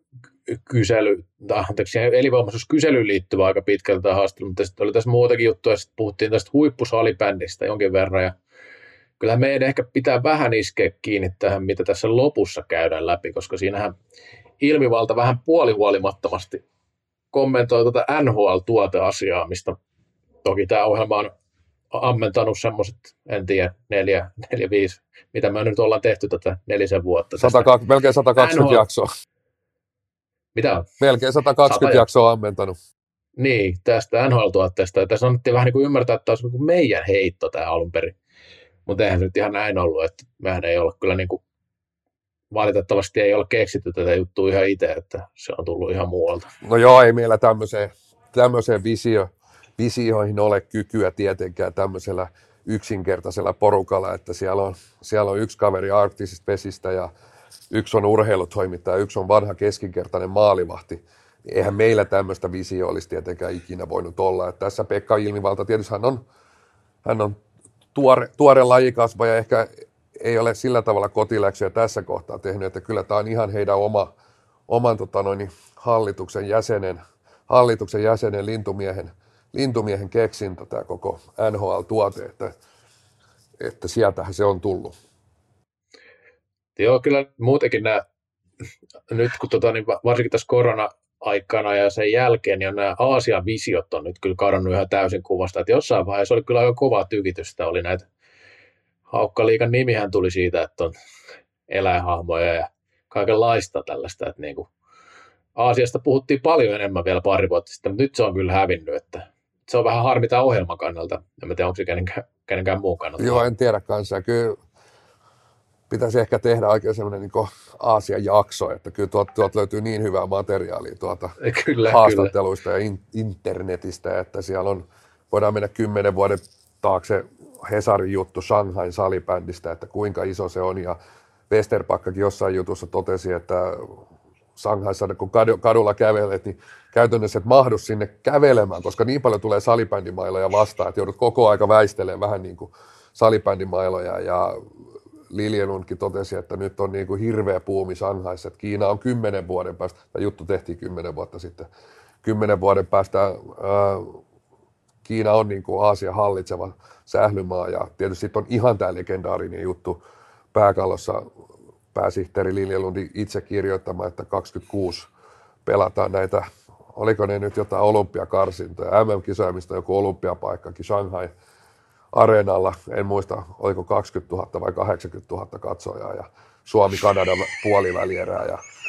elinvoimaisuuskyselyyn liittyvä aika pitkältä tämä haastattelu, mutta sitten oli tässä muutakin juttua, ja sitten puhuttiin tästä huippusalibändistä jonkin verran, ja kyllähän meidän ehkä pitää vähän iskeä kiinni tähän, mitä tässä lopussa käydään läpi, koska siinähän Ilmivalta vähän puolihuolimattomasti kommentoi tuota NHL-tuoteasiaa, mistä toki tämä ohjelma on ammentanut semmoiset, en tiedä, 4-5, mitä me nyt ollaan tehty tätä 4 vuotta. Melkein 120 jaksoa. Mitä on? Melkein 120 jaksoa ammentanut. Niin, tästä NHL-tuotteesta. Ja tässä annettiin vähän niin kuin ymmärtää, että tämä olisi meidän heitto tämä alun perin. Mutta eihän se nyt ihan näin ollut, että mehän ei ole kyllä niin kuin, valitettavasti ei ole keksitty tätä juttua ihan itse, että se on tullut ihan muualta. No joo, ei meillä tämmöiseen visioihin ole kykyä tietenkään tämmöisellä yksinkertaisella porukalla, että siellä on yksi kaveri arktisista vesistä ja yksi on urheilutoimittaja, yksi on vanha keskinkertainen maalivahti, niin eihän meillä tämmöistä visioa olisi tietenkään ikinä voinut olla. Että tässä Pekka Ilmivalta tietysti hän on tuore lajikasva ja ehkä ei ole sillä tavalla kotiläksyjä tässä kohtaa tehnyt, että kyllä tämä on ihan heidän oman hallituksen jäsenen lintumiehen keksintä tämä koko NHL-tuote, että sieltähän se on tullut. Joo, kyllä muutenkin nämä, nyt kun niin varsinkin tässä korona-aikana ja sen jälkeen, niin nämä Aasian visiot on nyt kyllä kadonnut ihan täysin kuvasta, että jossain vaiheessa oli kyllä aika kovaa tykitystä, oli näitä Haukkaliigan nimihän tuli siitä, että on eläinhahmoja ja kaikenlaista tällaista, että niin kuin Aasiasta puhuttiin paljon enemmän vielä pari vuotta sitten, mutta nyt se on kyllä hävinnyt, että se on vähän harmi tämän ohjelman kannalta, en tiedä onko se kenenkään muun kannalta. Joo, en tiedä kanssa, kyllä pitäisi ehkä tehdä oikein semmoinen niin Aasian jakso, että kyllä tuolta löytyy niin hyvää materiaalia haastatteluista ja internetistä, että siellä voidaan mennä 10 vuoden taakse Hesarin juttu Shanghain salibändistä, että kuinka iso se on, ja Westerpakkakin jossain jutussa totesi, että Shanghaissa, kun kadulla kävelet, niin käytännössä et mahdu sinne kävelemään, koska niin paljon tulee salibändimailoja vastaan, että joudut koko aika väistelemään vähän niin kuin salibändimailoja, ja Liljenundkin totesi, että nyt on niin kuin hirveä puumi Shanghaissa, että Kiina on 10 vuoden päästä, tämä juttu tehtiin 10 vuotta sitten, 10 vuoden päästä Kiina on niin kuin Aasian hallitseva sählymaa, ja tietysti on ihan tämä legendaarinen juttu Pääkallossa pääsihteeri Liljelundi itse kirjoittama, että 26 pelataan näitä, oliko ne nyt jotain olympiakarsintoja, MM-kisoja, mistä joku olympiapaikkakin Shanghai areenalla, en muista, oliko 20 000 vai 80 000 katsojaa, ja Suomi-Kanada puolivälierää.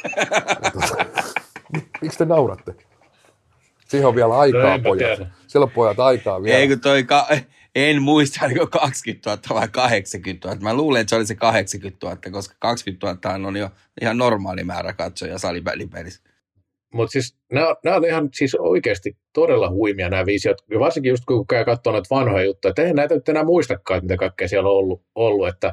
Miksi te nauratte? Siihen on vielä aikaa, pojat. Siellä on pojat aikaa vielä. Eikö en muista, oliko 20 000 vai 80 000. Mä luulen, että se oli se 80 000, koska 20 000 on jo ihan normaali määrä katsoja salibändipelissä. Mutta siis nämä on ihan siis oikeasti todella huimia nämä visiot. Ja varsinkin just kun käy katsoa näitä vanhoja juttuja, että eihän näitä nyt enää muistakaan, mitä kaikkea siellä on ollut, että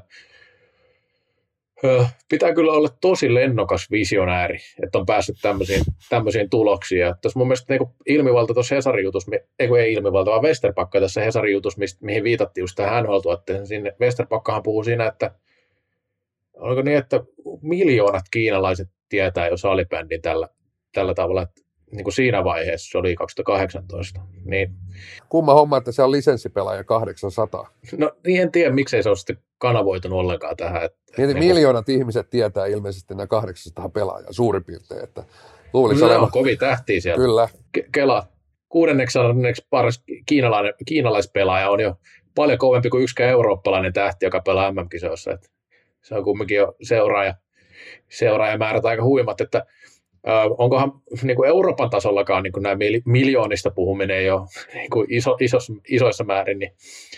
pitää kyllä olla tosi lennokas visionääri, että on päässyt tämmöisiin tuloksiin. Ja tuossa mun mielestä niin Ilmivalta tuossa Hesarin jutussa, ei Ilmivalta, vaan Westerpakka tässä Hesarin jutussa, mihin viitattiin just tähän NHL-tuotteeseen, sinne Westerpakkahan puhuu siinä, että oliko niin, että miljoonat kiinalaiset tietää jo salibändin tällä tavalla, että niin kuin siinä vaiheessa, se oli 2018. Niin. Kumma homma, että se on lisenssipelaaja 800. No niin, en tiedä, miksei se ole sitten kanavoitunut ollenkaan tähän. Miljoonat ihmiset tietää ilmeisesti nämä 800 pelaajaa suurin piirtein. Että ne on kovin tähtiä siellä. Kyllä. Kela, 6. paras kiinalaispelaaja on jo paljon kovempi kuin yksikään eurooppalainen tähti, joka pelaa MM-kisoissa. Että se on kumminkin jo seuraajamäärät aika huimat, onkohan niin kuin Euroopan tasollakaan niin kuin nämä miljoonista puhuminen ei ole niin kuin isoissa määrin, niin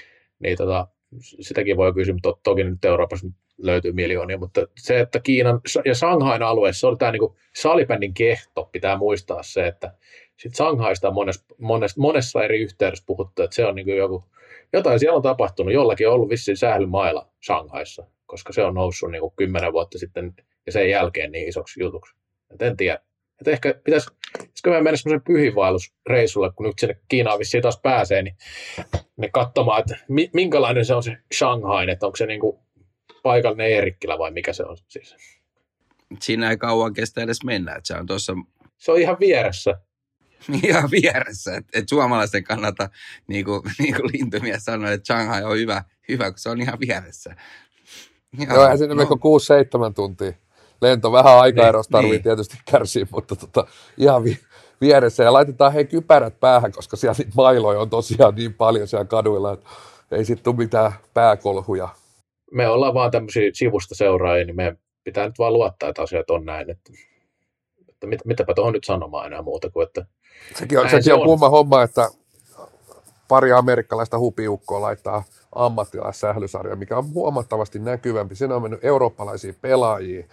sitäkin voi kysyä, mutta toki nyt Euroopassa löytyy miljoonia, mutta se, että Kiinan ja Shanghain alueessa oli tämä niin kuin salibändin kehto, pitää muistaa se, että sitten Shanghaista on monessa eri yhteydessä puhuttu, että se on niin kuin jotain siellä on tapahtunut, jollakin on ollut vissiin sählymailla Shanghaissa, koska se on noussut niin kuin 10 vuotta sitten ja sen jälkeen niin isoksi jutuksi. En tiedä. Että ehkä pitäisikö me mennä semmoisen pyhiinvaellusreissulle, kun nyt sinne Kiinaan vissiin taas pääsee, niin katsomaan, että minkälainen se on se Shanghai, että onko se niinku paikallinen Eerikkilä vai mikä se on siis. Siinä ei kauan kestä edes mennä, että se on tuossa. Se on ihan vieressä. Ihan vieressä, että suomalaisten kannata, niin kuin Lintumies sanoi, että Shanghai on hyvä, kun se on ihan vieressä. Joo, eihän sinne mekko 6-7 tuntia. Lento vähän aikaerossa tarvii tietysti kärsiä, mutta ihan vieressä. Ja laitetaan kypärät päähän, koska siellä niitä mailoja on tosiaan niin paljon siellä kaduilla, että ei sitten tule mitään pääkolhuja. Me ollaan vaan tämmöisiä sivusta seuraajia, niin meidän pitää nyt vaan luottaa, että asiat on näin. Että mitäpä tuohon nyt sanomaan enää muuta kuin, että sekin on kumma homma, että pari amerikkalaista hupiukkoa laittaa ammattilaissählysarja, mikä on huomattavasti näkyvämpi. Siinä on mennyt eurooppalaisia pelaajia.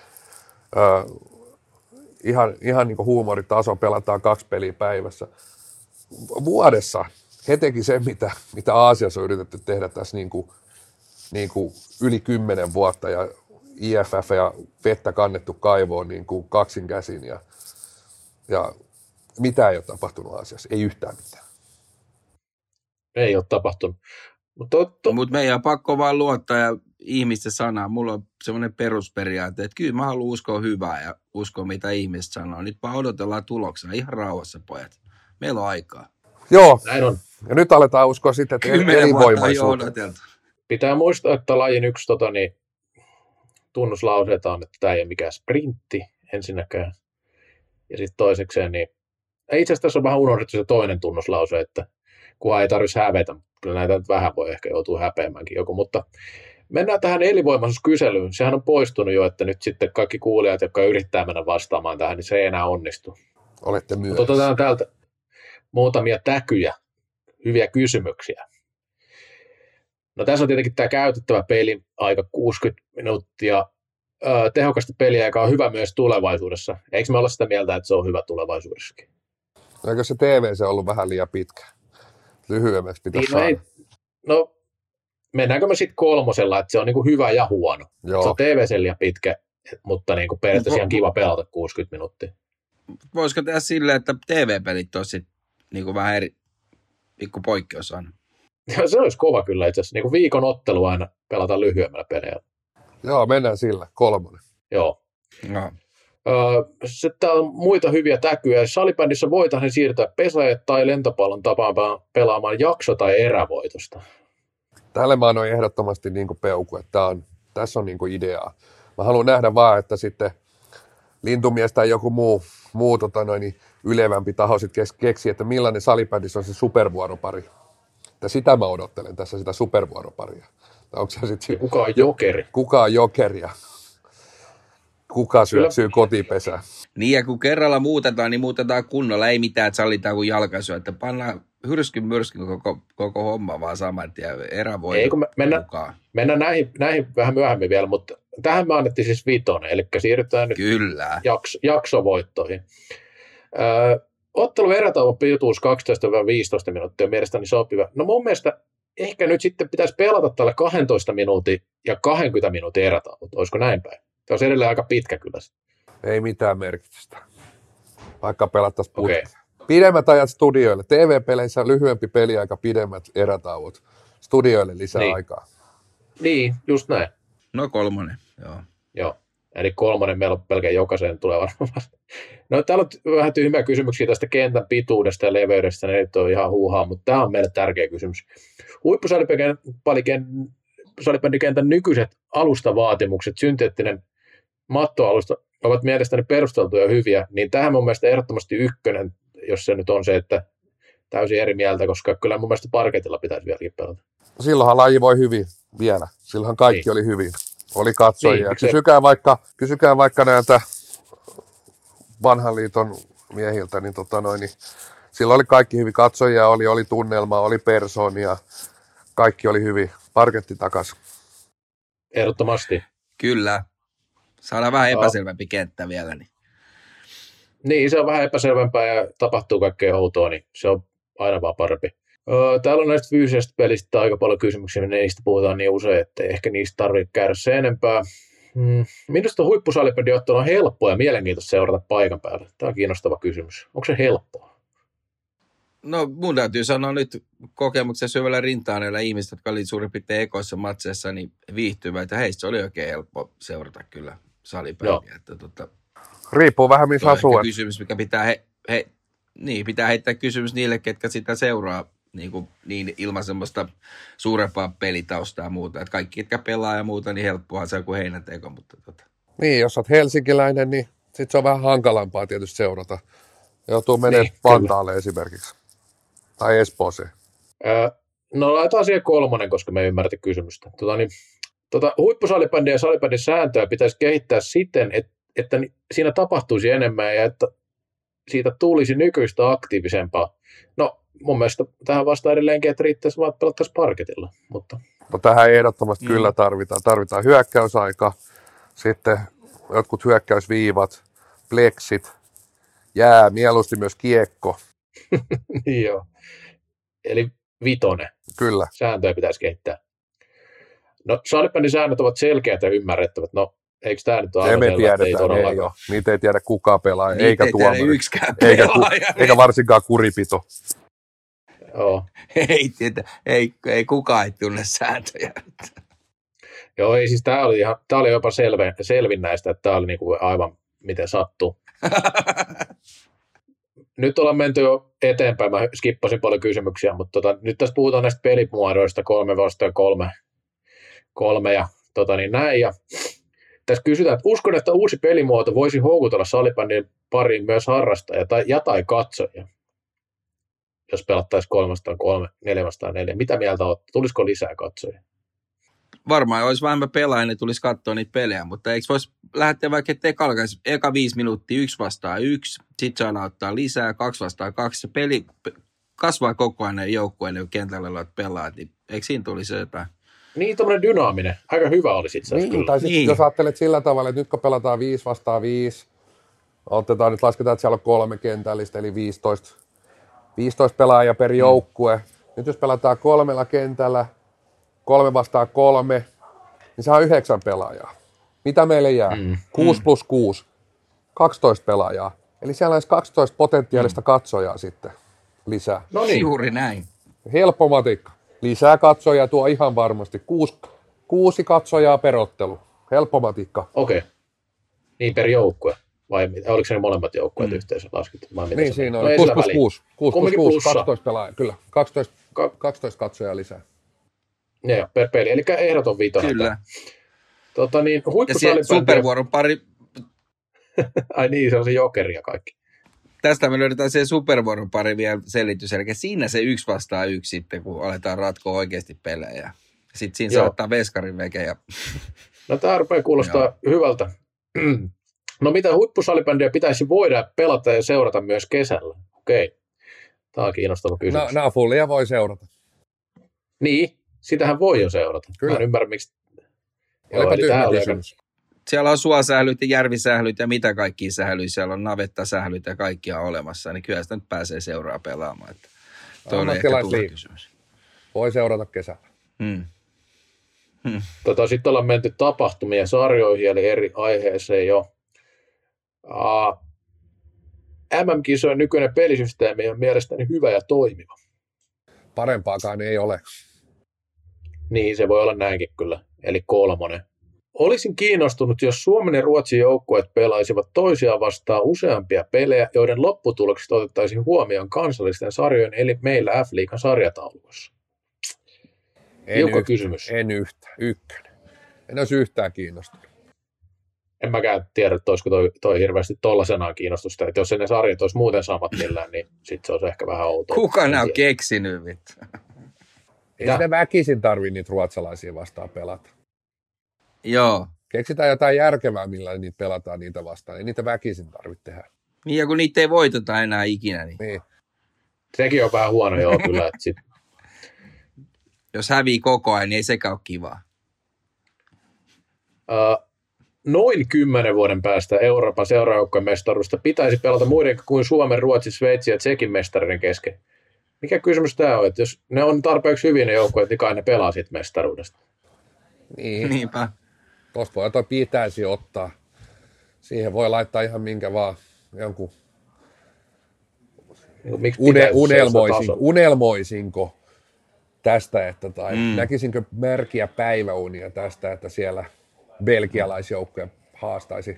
Ihan niin kuin huumoritason pelataan 2 peliä päivässä. Vuodessa he teki sen, mitä Aasiassa on yritetty tehdä tässä niin kuin yli 10 vuotta. IFF ja vettä kannettu kaivoon niin kuin kaksin käsin ja mitään ei ole tapahtunut asiassa, ei yhtään mitään. Ei ole tapahtunut. Mutta meidän on pakko vaan luottaa ja ihmisten sanaa. Mulla on semmoinen perusperiaate, että kyllä mä haluan uskoa hyvää ja uskoa mitä ihmiset sanoo. Nyt vaan odotellaan tuloksia ihan rauhassa, pojat. Meillä on aikaa. Joo, näin on. Ja nyt aletaan uskoa sitten, että elinvoimaisuutta. Pitää muistaa, että lajin yksi tunnuslauseita on, että tämä ei ole mikään sprintti ensinnäkään. Ja sitten toisekseen, niin itse asiassa tässä on vähän unohdettu se toinen tunnuslause, että kunhan ei tarvitsisi hävetä. Kyllä näitä nyt vähän voi ehkä joutua häpeämäänkin joku, mutta mennään tähän elinvoimaisuuskyselyyn. Sehän on poistunut jo, että nyt sitten kaikki kuulijat, jotka yrittää mennä vastaamaan tähän, niin se ei enää onnistu. Olette myöhässä. Otetaan täältä muutamia täkyjä, hyviä kysymyksiä. No tässä on tietenkin tämä käytettävä peli aika 60 minuuttia. Tehokasta peliä, joka on hyvä myös tulevaisuudessa. Eikö me olla sitä mieltä, että se on hyvä tulevaisuudessakin? Eikö se TV se ollut vähän liian pitkä? Lyhyemmäksi pitäisi saada. No, mennäänkö me sitten kolmosella, että se on niinku hyvä ja huono. Se on TV liian pitkä, mutta niinku periaatteessa ihan kiva pelata 60 minuuttia. Voisiko tehdä silleen, että TV-pelit on sitten niinku vähän eri pikku poikkeus aina? Se olisi kova kyllä itse asiassa. Niinku viikon ottelu aina pelata lyhyemmällä peleillä. Joo, mennään sillä. 3. Joo. No. Sitten on muita hyviä täkyjä. Salibändissä voitaisiin siirtää pesäjät tai lentopallon tapaan pelaamaan jakso- tai erävoitosta. Tälle mä annoin ehdottomasti niin kuin peukku, että tässä on niin kuin ideaa. Mä haluan nähdä vaan, että sitten Lintumies tai joku muu ylevämpi taho sitten keksii, että millainen salibändissä on se supervuoropari. Ja sitä mä odottelen tässä, sitä supervuoroparia. Kuka on jokeri? Kuka on jokeri ja kuka syöksyy kotipesään. Niin ja kun kerralla muutetaan, niin muutetaan kunnolla. Ei mitään, että sallitaan kuin jalkaisu. Että pannaan hyrskyn koko homma vaan saman tien. Erävoidaan mukaan. Mennään näihin vähän myöhemmin vielä, mutta tähän me annettiin siis 5, eli siirrytään nyt jaksovoittoihin. Ottelun erätauon pituus 12-15 minuuttia on mielestäni sopiva. No mun mielestä ehkä nyt sitten pitäisi pelata tällä 12 minuutin ja 20 minuutin erätauot. Olisiko näin päin? Se olisi edelleen aika pitkä kyllä. Ei mitään merkitystä. Vaikka pelattaisiin putkea. Okay. Pidemmät ajat studioille. TV-peleissä lyhyempi peliaika, pidemmät erätauot. Studioille lisää aikaa. Niin, just näin. No 3, Joo. Eli 3 meillä on pelkään jokaiseen tulee varmaan. No täällä on vähän tyhmiä kysymyksiä tästä kentän pituudesta ja leveydestä, ne nyt on ihan huuhaa, mutta tämä on meille tärkeä kysymys. Huippusalibändikentän nykyiset alustavaatimukset, synteettinen mattoalusta, ovat mielestäni perusteltuja ja hyviä, niin tähän mun mielestä ehdottomasti 1, jos se nyt on se, että täysin eri mieltä, koska kyllä mun mielestä parketilla pitäisi vieläkin pelata. Silloinhan laji voi hyvin vielä, silloinhan kaikki oli hyvin. Oli katsojia. Niin, kysykää vaikka näiltä vanhan liiton miehiltä, niin, niin silloin oli kaikki hyvin katsojia, oli tunnelma, oli persoonia, kaikki oli hyvin. Parketti takas. Ehdottomasti. Kyllä. Saadaan vähän epäselvämpi kenttä vielä. Niin, se on vähän epäselvempää ja tapahtuu kaikkea outoa, niin se on aina vaan parempi. Täällä on näistä fyysisistä pelistä aika paljon kysymyksiä, niin niistä puhutaan niin usein, että ehkä niistä tarvitse käydä se enempää. Minusta huippusalibändiottelu on helppoa ja mielenkiintoista seurata paikan päällä? Tämä on kiinnostava kysymys. Onko se helppoa? No mun täytyy sanoa nyt kokemuksen syvällä rintaan näillä ihmisillä, jotka oli suurin piirtein ekoissa matseissa, niin viihtyvät, että heistä oli oikein helppo seurata kyllä salibändiä. Riippuu vähän missä asuu. Kysymys, mikä pitää pitää heittää kysymys niille, ketkä sitä seuraa niin ilman semmoista suurempaa pelitaustaa ja muuta. Että kaikki, ketkä pelaa ja muuta, niin helppoa se on kuin heinäteko. Mutta Niin, jos olet helsinkiläinen, niin sitten se on vähän hankalampaa tietysti seurata. Joutuu menemään niin, Vantaalle esimerkiksi. Tai Espooseen. No laitetaan siihen 3, koska me ei ymmärrä kysymystä. Huippusalibändin ja salibändin sääntöä pitäisi kehittää siten, että siinä tapahtuisi enemmän ja että siitä tulisi nykyistä aktiivisempaa. No mun mielestä tähän vastaan edelleenkin, että riittäisi vaan pelattaisiin parketilla. Mutta. No tähän ehdottomasti kyllä tarvitaan. Tarvitaan hyökkäysaika, sitten jotkut hyökkäysviivat, pleksit, jää, mieluusti myös kiekko. Joo. Eli 5. Kyllä. Sääntöjä pitäisi kehittää. No salibändin säännöt ovat selkeät ja ymmärrettävät. No Eikö tämä nyt ole aivan selvä, että ei todellakaan? Ei ole. Niitä ei tiedä kuka pelaa, niitä eikä tuomari. Eikä varsinkaan kuripito. Joo. Ei kukaan ei tunne sääntöjä. Joo, ei siis tämä oli jopa selvin näistä, että tämä oli niinku aivan miten sattuu. Nyt ollaan menty jo eteenpäin, mä skippasin paljon kysymyksiä, mutta nyt tässä puhutaan näistä pelimuodoista, 3 vastaan 3 ja näin. Ja tässä kysytään, että uskon, että uusi pelimuoto voisi houkutella salibändin pariin myös harrastajia tai katsojia, jos pelattaisiin 3 vastaan 3, 4 vastaan 4. Mitä mieltä olet? Tulisiko lisää katsojia? Varmaan olisi vähemmän pelaajia, niin tulisi katsoa niitä pelejä, mutta eikö voisi lähteä vaikka, että eka 5 minuuttia 1 vastaan 1, sitten saadaan ottaa lisää 2 vastaan 2, se peli kasvaa koko ajan joukkueelle, kun kentällä olevat pelaat, niin eikö siinä tulisi jotain? Niin, tommoinen dynaaminen. Aika hyvä olisi itse asiassa. Niin, tai sitten jos ajattelet sillä tavalla, että nyt kun pelataan 5 vastaan 5, lasketaan, että siellä on 3 kentällistä, eli 15 pelaajia per joukkue. Nyt jos pelataan 3 kentällä, 3 vastaan 3, niin se on 9 pelaajaa. Mitä meille jää? 6 plus 6, 12 pelaajaa. Eli siellä olisi 12 potentiaalista katsojaa sitten lisää. No niin. Juuri näin. Helppo matikka. Lisää katsojaa tuo ihan varmasti. 6 katsojaa per ottelu. Helppo matikka. Okei. Niin per joukkue. Vai oliko se ne molemmat joukkueet yhteensä laskettu? Niin, siinä on 6 plus 6. 6 plus 6, 12 pelaajaa. Kyllä, 12 katsojaa lisää. Joo, per peli. Eli ehdoton vitonen. Kyllä. Huippusalibändiä. Supervuoron pari. Ai niin, se on se jokeri ja kaikki. Tästä me löydetään se supervuoron pari vielä selitys. Eli siinä se 1 vastaan 1 sitten, kun aletaan ratkoa oikeasti pelejä. Sitten siinä saattaa veskarin veke. Ja... No tämä rupeaa kuulostaa hyvältä. No mitä huippusalibändiä pitäisi voida pelata ja seurata myös kesällä? Okei. Tämä on kiinnostava kysymys. Nafullia voi seurata. Niin, sitähän voi jo seurata. Kyllä. Mä en ymmärrä, miksi... Olipa tyhmä kysymys. Siellä on suosählyt ja järvisählyt ja mitä kaikkia sählyjä. Siellä on navettasählyt ja kaikkia olemassa. Niin kyllä sitä nyt pääsee seuraa pelaamaan. Että toi oli ehkä kysymys. Voi seurata kesällä. Sitten ollaan menty tapahtumia ja sarjoihin, eli eri aiheeseen jo. MM-kisojen nykyinen pelisysteemi on mielestäni hyvä ja toimiva. Parempaakaan ei ole. Niin, se voi olla näinkin kyllä. Eli 3. Olisin kiinnostunut, jos Suomen ja Ruotsin joukkueet pelaisivat toisiaan vastaan useampia pelejä, joiden lopputulokset otettaisiin huomioon kansallisten sarjojen, eli meillä F-liigan sarjataulukossa. Tiukka kysymys. En yhtään. Ykkönen. En olisi yhtään kiinnostunut. En mäkään tiedä, että olisiko toi hirveästi tollasenaan kiinnostusta. Että jos ne sarjat olisi muuten samat millään, niin sitten se olisi ehkä vähän outoa. Kuka nämä on keksinyt? Ei sitä väkisin tarvitse niitä ruotsalaisia vastaan pelata. Joo. Keksitään jotain järkevää, millä niitä pelataan niitä vastaan. Ei niitä väkisin tarvitse tehdä. Niin, ja kun niitä ei voiteta enää ikinä. Niin. Sekin on vähän huono, joo, kyllä. Että jos hävii koko ajan, niin ei sekään ole kivaa. Noin 10 vuoden päästä Euroopan seuraajoukkojen mestaruudesta pitäisi pelata muiden kuin Suomen, Ruotsin, Sveitsin ja Tsekin mestareiden kesken. Mikä kysymys tämä on? Että jos ne on tarpeeksi hyvin ne joukkueet, niin kai ne pelaa siitä mestaruudesta. Niin. Niinpä. Tuosta voi jotain pitäisi ottaa. Siihen voi laittaa ihan minkä vaan jonkun unelmoisinko tästä, että näkisinkö märkiä päiväunia tästä, että siellä belgialaisjoukkoja haastaisi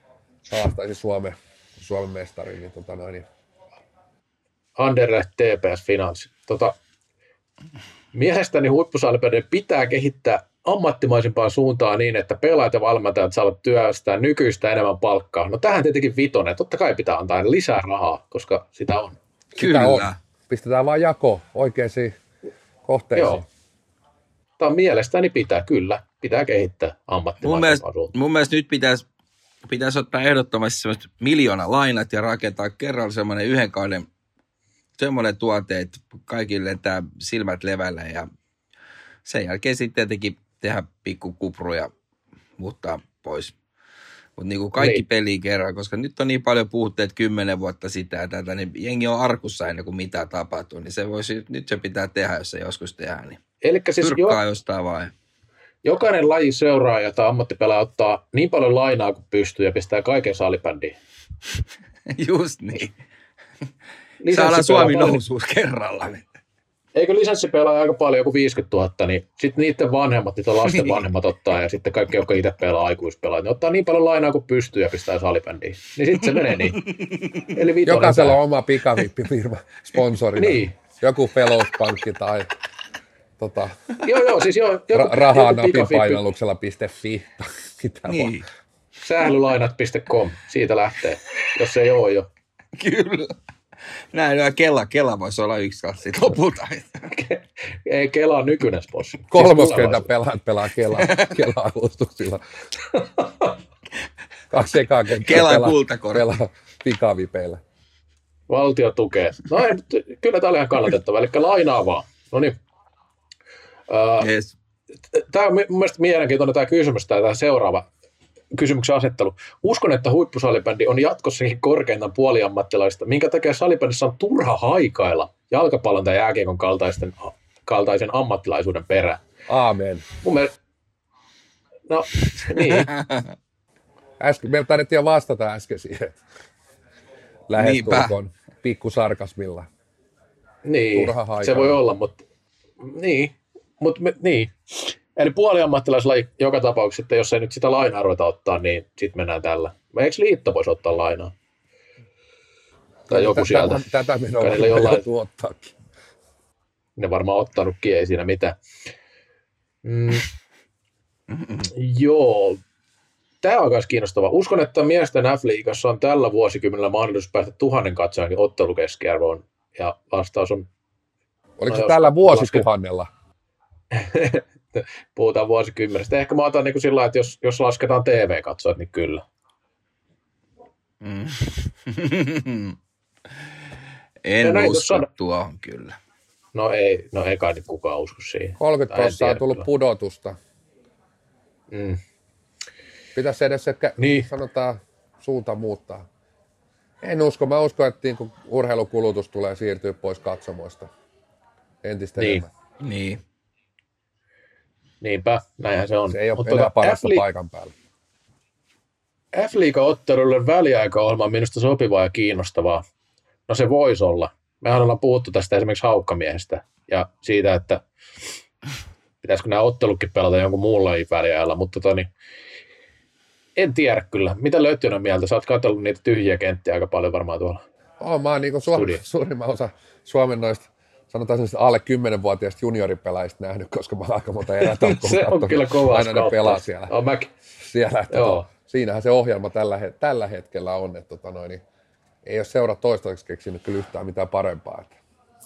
Suomen mestari. Niin, Anderlecht TPS Finanssi. Mielestäni huippusalibändin pitää kehittää ammattimaisempaan suuntaan niin, että pelaajat ja valmentajat saavat työstään nykyistä enemmän palkkaa. No tähän tietenkin vitonen. Totta kai pitää antaa lisää rahaa, koska sitä on. Kyllä. Sitä on. Pistetään vaan jako oikeisiin kohteisiin. Joo. Tämä mielestäni pitää kehittää ammattimaisempaan suuntaan. Mun mielestä nyt pitäisi ottaa ehdottomasti sellaiset 1 000 000 lainat ja rakentaa kerralla semmoinen 1 kauden semmoinen tuote, että kaikille lentää silmät levällä ja sen jälkeen sitten tietenkin tehdä pikku kupru ja muuttaa pois. Mutta niin kuin kaikki peliä kerran, koska nyt on niin paljon puhutteet 10 vuotta sitä ja tätä, niin jengi on arkussa ennen kuin mitä tapahtuu. Niin se nyt se pitää tehdä, jos se joskus tehdään. Niin elikkä siis pyrkkaa jostain vaan. Jokainen laji seuraaja tai ammattipelaaja ottaa niin paljon lainaa kuin pystyy ja pistää kaiken salibändiin. Just niin. Saadaan Suomi nousuus kerralla. Eikö lisenssipelaaja aika paljon, joku 50 000, niin sitten niiden vanhemmat, niiden lasten vanhemmat ottaa ja sitten kaikki, jotka itse pelaa aikuispelaajat, ne ottaa niin paljon lainaa kuin pystyy ja pistää salibändiin. Niin sitten se menee niin. Eli jokaisella on oma pikavippifirma sponsorina. Niin. Joku Fellows-pankki tai siis rahaa napinpainalluksella.fi. Niin. Sählylainat.com, siitä lähtee, jos ei ole jo. Kyllä. Näin, Kela voisi olla yksi kassi lopulta. Ei, Kela on nykyinen spossi. Kolmoskentän pelaa Kela-avustuksilla. 2 ekaa kenttää pelaa pikavipeillä. Valtio tukee. No ei, kyllä tämä oli ihan kannatettava, eli lainaa vaan. No niin. Yes. Tämä on mun mielestä mielenkiintoinen tämä kysymys, tämä seuraava kysymyksen asettelu. Uskon, että huippusalibändi on jatkossakin korkeintaan puoliammattilaista, minkä takia salibändissä on turha haikailla jalkapallon tai jääkiekon kaltaisen ammattilaisuuden perään. Aamen. Mun mielestä, no niin. Me taidettiin jo vastata äsken siihen. Lähestulkoon pikkusarkasmilla. Niin, se voi olla, mutta niin. Eli puoliammattilaislaji joka tapauksessa, että jos ei nyt sitä lainaa ruveta ottaa, niin sitten mennään tällä. Eikö liitto voisi ottaa lainaa? Tai joku sieltä. Tätä me on tuottaakin. Ne varmaan ottanutkin, ei siinä mitään. Joo. Tämä on myös kiinnostavaa. Uskon, että miesten F-liigassa on tällä vuosikymmenellä mahdollisuus päästä 1000 katsojankin ottelukeskiarvoon. Ja vastaus on... Oliko se tällä vuosituhannella? Puhutaan vuosikymmenestä. Ehkä mä otan niin kuin sillä lailla, että jos lasketaan TV-katsojat, niin kyllä. En usko tuohon kyllä. No ei kai nyt kukaan usko siihen. 30% on tullut pudotusta. Pitäisi edes ehkä sanotaan suunta muuttaa. En usko. Mä uskon, että niinku urheilukulutus tulee siirtyä pois katsomoista entistä enemmän. Niin. Niinpä, näinhän se on. Se ei ole enää parasta paikan päällä. F-liiga-otteluille väliaikaohjelma on minusta sopivaa ja kiinnostavaa. No se voisi olla. Mehän ollaan puhuttu tästä esimerkiksi Haukkamiehestä ja siitä, että pitäisikö nämä ottelutkin pelata jonkun muun lajin väliajalla, mutta en tiedä kyllä. Mitä Lötjönen mieltä? Sä oot katsellut niitä tyhjiä kenttiä aika paljon varmaan tuolla. Mä oon niin suurimman osa Suomen noista, sanotaan alle 10-vuotiaista junioripelaajista nähnyt, koska mä oon aika monta erätaukkoa. Se on kyllä kovaa aina ne pelaa siellä. Siellä siinähän se ohjelma tällä hetkellä on, että niin ei ole seura toistaiseksi keksinyt kyllä yhtään mitään parempaa. Että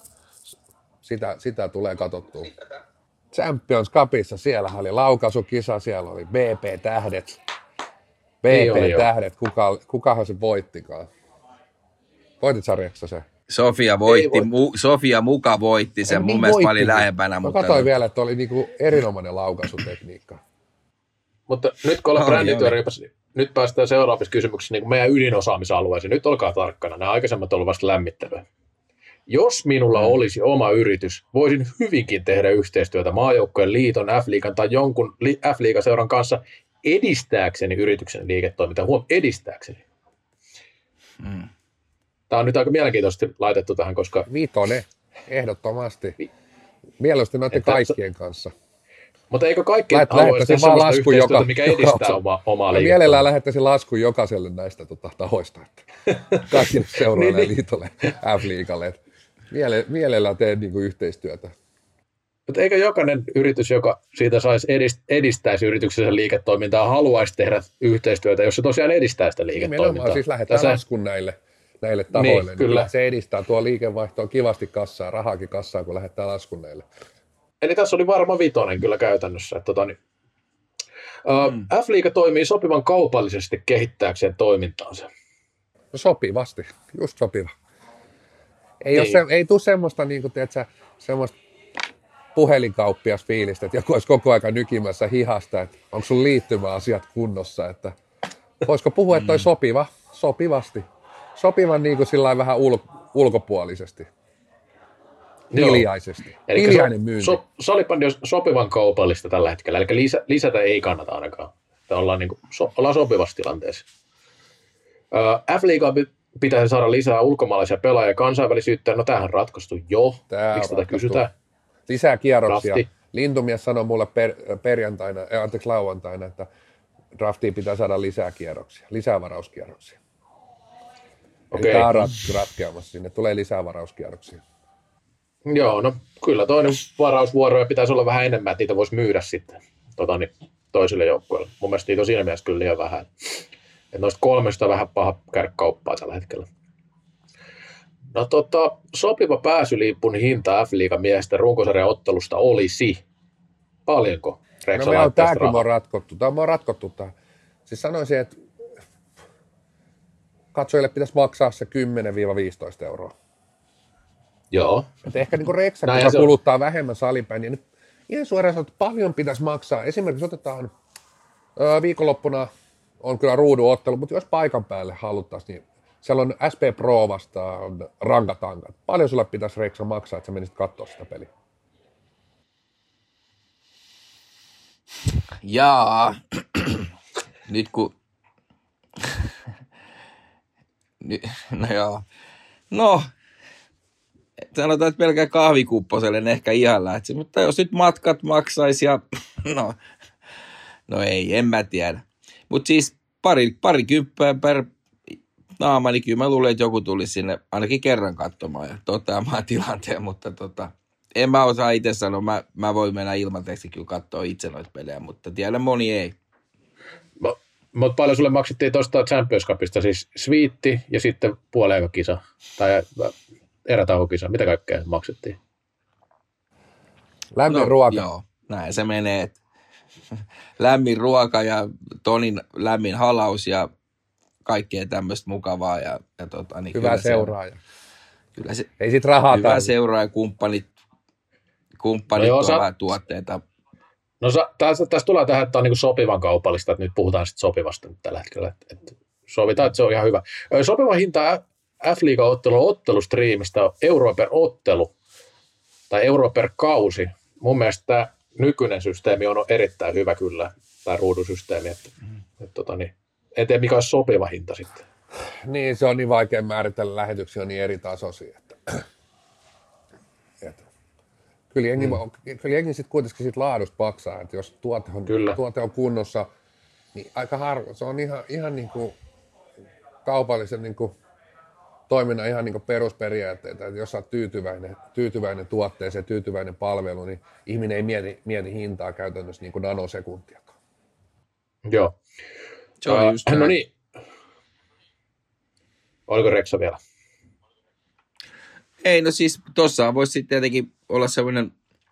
sitä tulee katsottua. Champions Cupissa siellä oli laukaisukisa, siellä oli BP-tähdet. BP-tähdet, kukahan se voittikaan? Voitit sarjaksä se? Sofia Muka voitti sen, mun mielestä mä olin lähempänä. Mä katsoin vielä, että oli niinku erinomainen laukaisutekniikka. Mutta nyt kun ollaan brändityörypässä, nyt päästään seuraavissa kysymyksissä niin meidän ydinosaamisalueeseen. Nyt olkaa tarkkana, nämä aikaisemmat on ollut vasta lämmittelyä. Jos minulla olisi oma yritys, voisin hyvinkin tehdä yhteistyötä maajoukkojen liiton, F-liigan tai jonkun F-liigaseuran kanssa edistääkseni yrityksen liiketoimintaa. Edistääkseni. Tämä on nyt aika mielenkiintoisesti laitettu tähän, koska... 5, ehdottomasti. Mieluusti noiden kaikkien kanssa. Mutta eikö kaikkien alueista tehdä sellaista yhteistyötä, mikä edistää omaa liiketoimintaa? Mielellään lähettäisin laskun jokaiselle näistä tahoista. Kaikille seuroille ja liitolle, F-liigalle. Mielellään teen niinku yhteistyötä. Mutta eikö jokainen yritys, joka siitä saisi edistäisi yrityksensä liiketoimintaa, haluaisi tehdä yhteistyötä, jos se tosiaan edistää sitä liiketoimintaa? Nimenomaan siis lähdetään laskun näille tahoille. Niin, kyllä. Se edistää tuo liikevaihtoa kivasti kassaa, rahaakin kassaa, kun lähdetään laskun näille. Eli tässä oli varma 5 kyllä käytännössä. F-liiga toimii sopivan kaupallisesti kehittääkseen toimintaansa. No sopivasti, just sopiva. Ei tule semmoista, niin kuin, tiedätkö, semmoista puhelinkauppias fiilistä, että joku olisi koko ajan nykimässä hihasta, että onko sun liittymäasiat kunnossa, että voisiko puhua, että toi sopivasti. Sopivan niin kuin sillain vähän ulkopuolisesti. hiljaisesti. Hiljainen myynti. Salibändi on sopivan kaupallista tällä hetkellä, eli lisätä ei kannata ainakaan. Ollaan sopivassa tilanteessa. F-liigaan pitäisi saada lisää ulkomaalaisia pelaajia kansainvälisyyttä. No tämähän on ratkaistu jo. Miksi tätä kysytään? Lisää kierroksia. Drafti. Lintumies sanoi mulle lauantaina, että draftiin pitää saada lisää kierroksia, lisää varauskierroksia. Okei. Tämä on ratkeamassa sinne, tulee lisää varauskierroksia. Joo, no kyllä toinen varausvuoroja pitäisi olla vähän enemmän, että niitä voisi myydä sitten toisille joukkueille. Mun mielestä niitä on siinä mielessä kyllä liian vähän. Että noista 3 vähän paha käydä kauppaa tällä hetkellä. No sopiva pääsylipun hinta F-liigan miesten runkosarjan ottelusta olisi. Paljonko? No tämäkin on ratkottu. Tämä on ratkottu. Siis sanoisin, että katsojille pitäisi maksaa se 10-15 euroa. Joo. Että ehkä niin kuin Reksa, kun kuluttaa vähemmän salipäin, niin nyt ihan suoraan sanotaan, että paljon pitäisi maksaa. Esimerkiksi otetaan viikonloppuna on kyllä ruudunottelu, mutta jos paikan päälle haluttaisiin, niin siellä on SP Pro vastaan rankatankat. Paljon sulle pitäisi Reksa maksaa, että sä menisit katsoa sitä peliä? Jaa, nyt kun... sanotaan, että pelkään kahvikupposelle ehkä ihan lähtisi, mutta jos nyt matkat maksaisi ja no ei, en mä tiedä. Mutta siis pari kymppää per naama, niin kyllä mä luulen, että joku tuli sinne ainakin kerran katsomaan ja toteamaan tilanteen, mutta en mä osaa itse sanoa, mä voin mennä ilmatteeksi kyllä katsoa itse noita pelejä, mutta tiedän moni ei. Mutta paljon sulle maksettiin tuosta Champions Cupista, siis sviitti ja sitten puoliaikakisa tai erätauokisa, mitä kaikkea maksettiin? Lämmin ruoka. Joo, näin se menee. Lämmin ruoka ja Tonin lämmin halaus ja kaikkea tämmöistä mukavaa. Niin hyvä seuraaja. Ei sit rahaa hyvä seuraaja, kumppanit tuovat tuotteita. No tässä tulee tähän, että on niin sopivan kaupallista, että nyt puhutaan sitten sopivasta nyt tällä hetkellä. Että sovitaan, että se on ihan hyvä. Sopiva hinta F-liigan ottelustriimistä on euroa per ottelu tai euroa per kausi. Mun mielestä tämä nykyinen systeemi on erittäin hyvä kyllä, tämä ruudusysteemi. En tiedä, mikä olisi sopiva hinta sitten. Niin, se on niin vaikea määritellä, lähetyksiä on niin eri tasoisia. Kyllä jengi sitten kuitenkin sit laadusta maksaa, että jos tuote on kunnossa, niin aika harvoin. Se on ihan niin kuin kaupallisen niin kuin toiminnan ihan niin kuin perusperiaatteita, että jos sä oot tyytyväinen tuotteeseen, tyytyväinen palvelu, niin ihminen ei mieti hintaa käytännössä niin kuin nanosekuntiakaan. Joo. Se on just no niin. Oliko Reksa vielä? Ei, no siis tuossa voisi sitten tietenkin olla semmoinen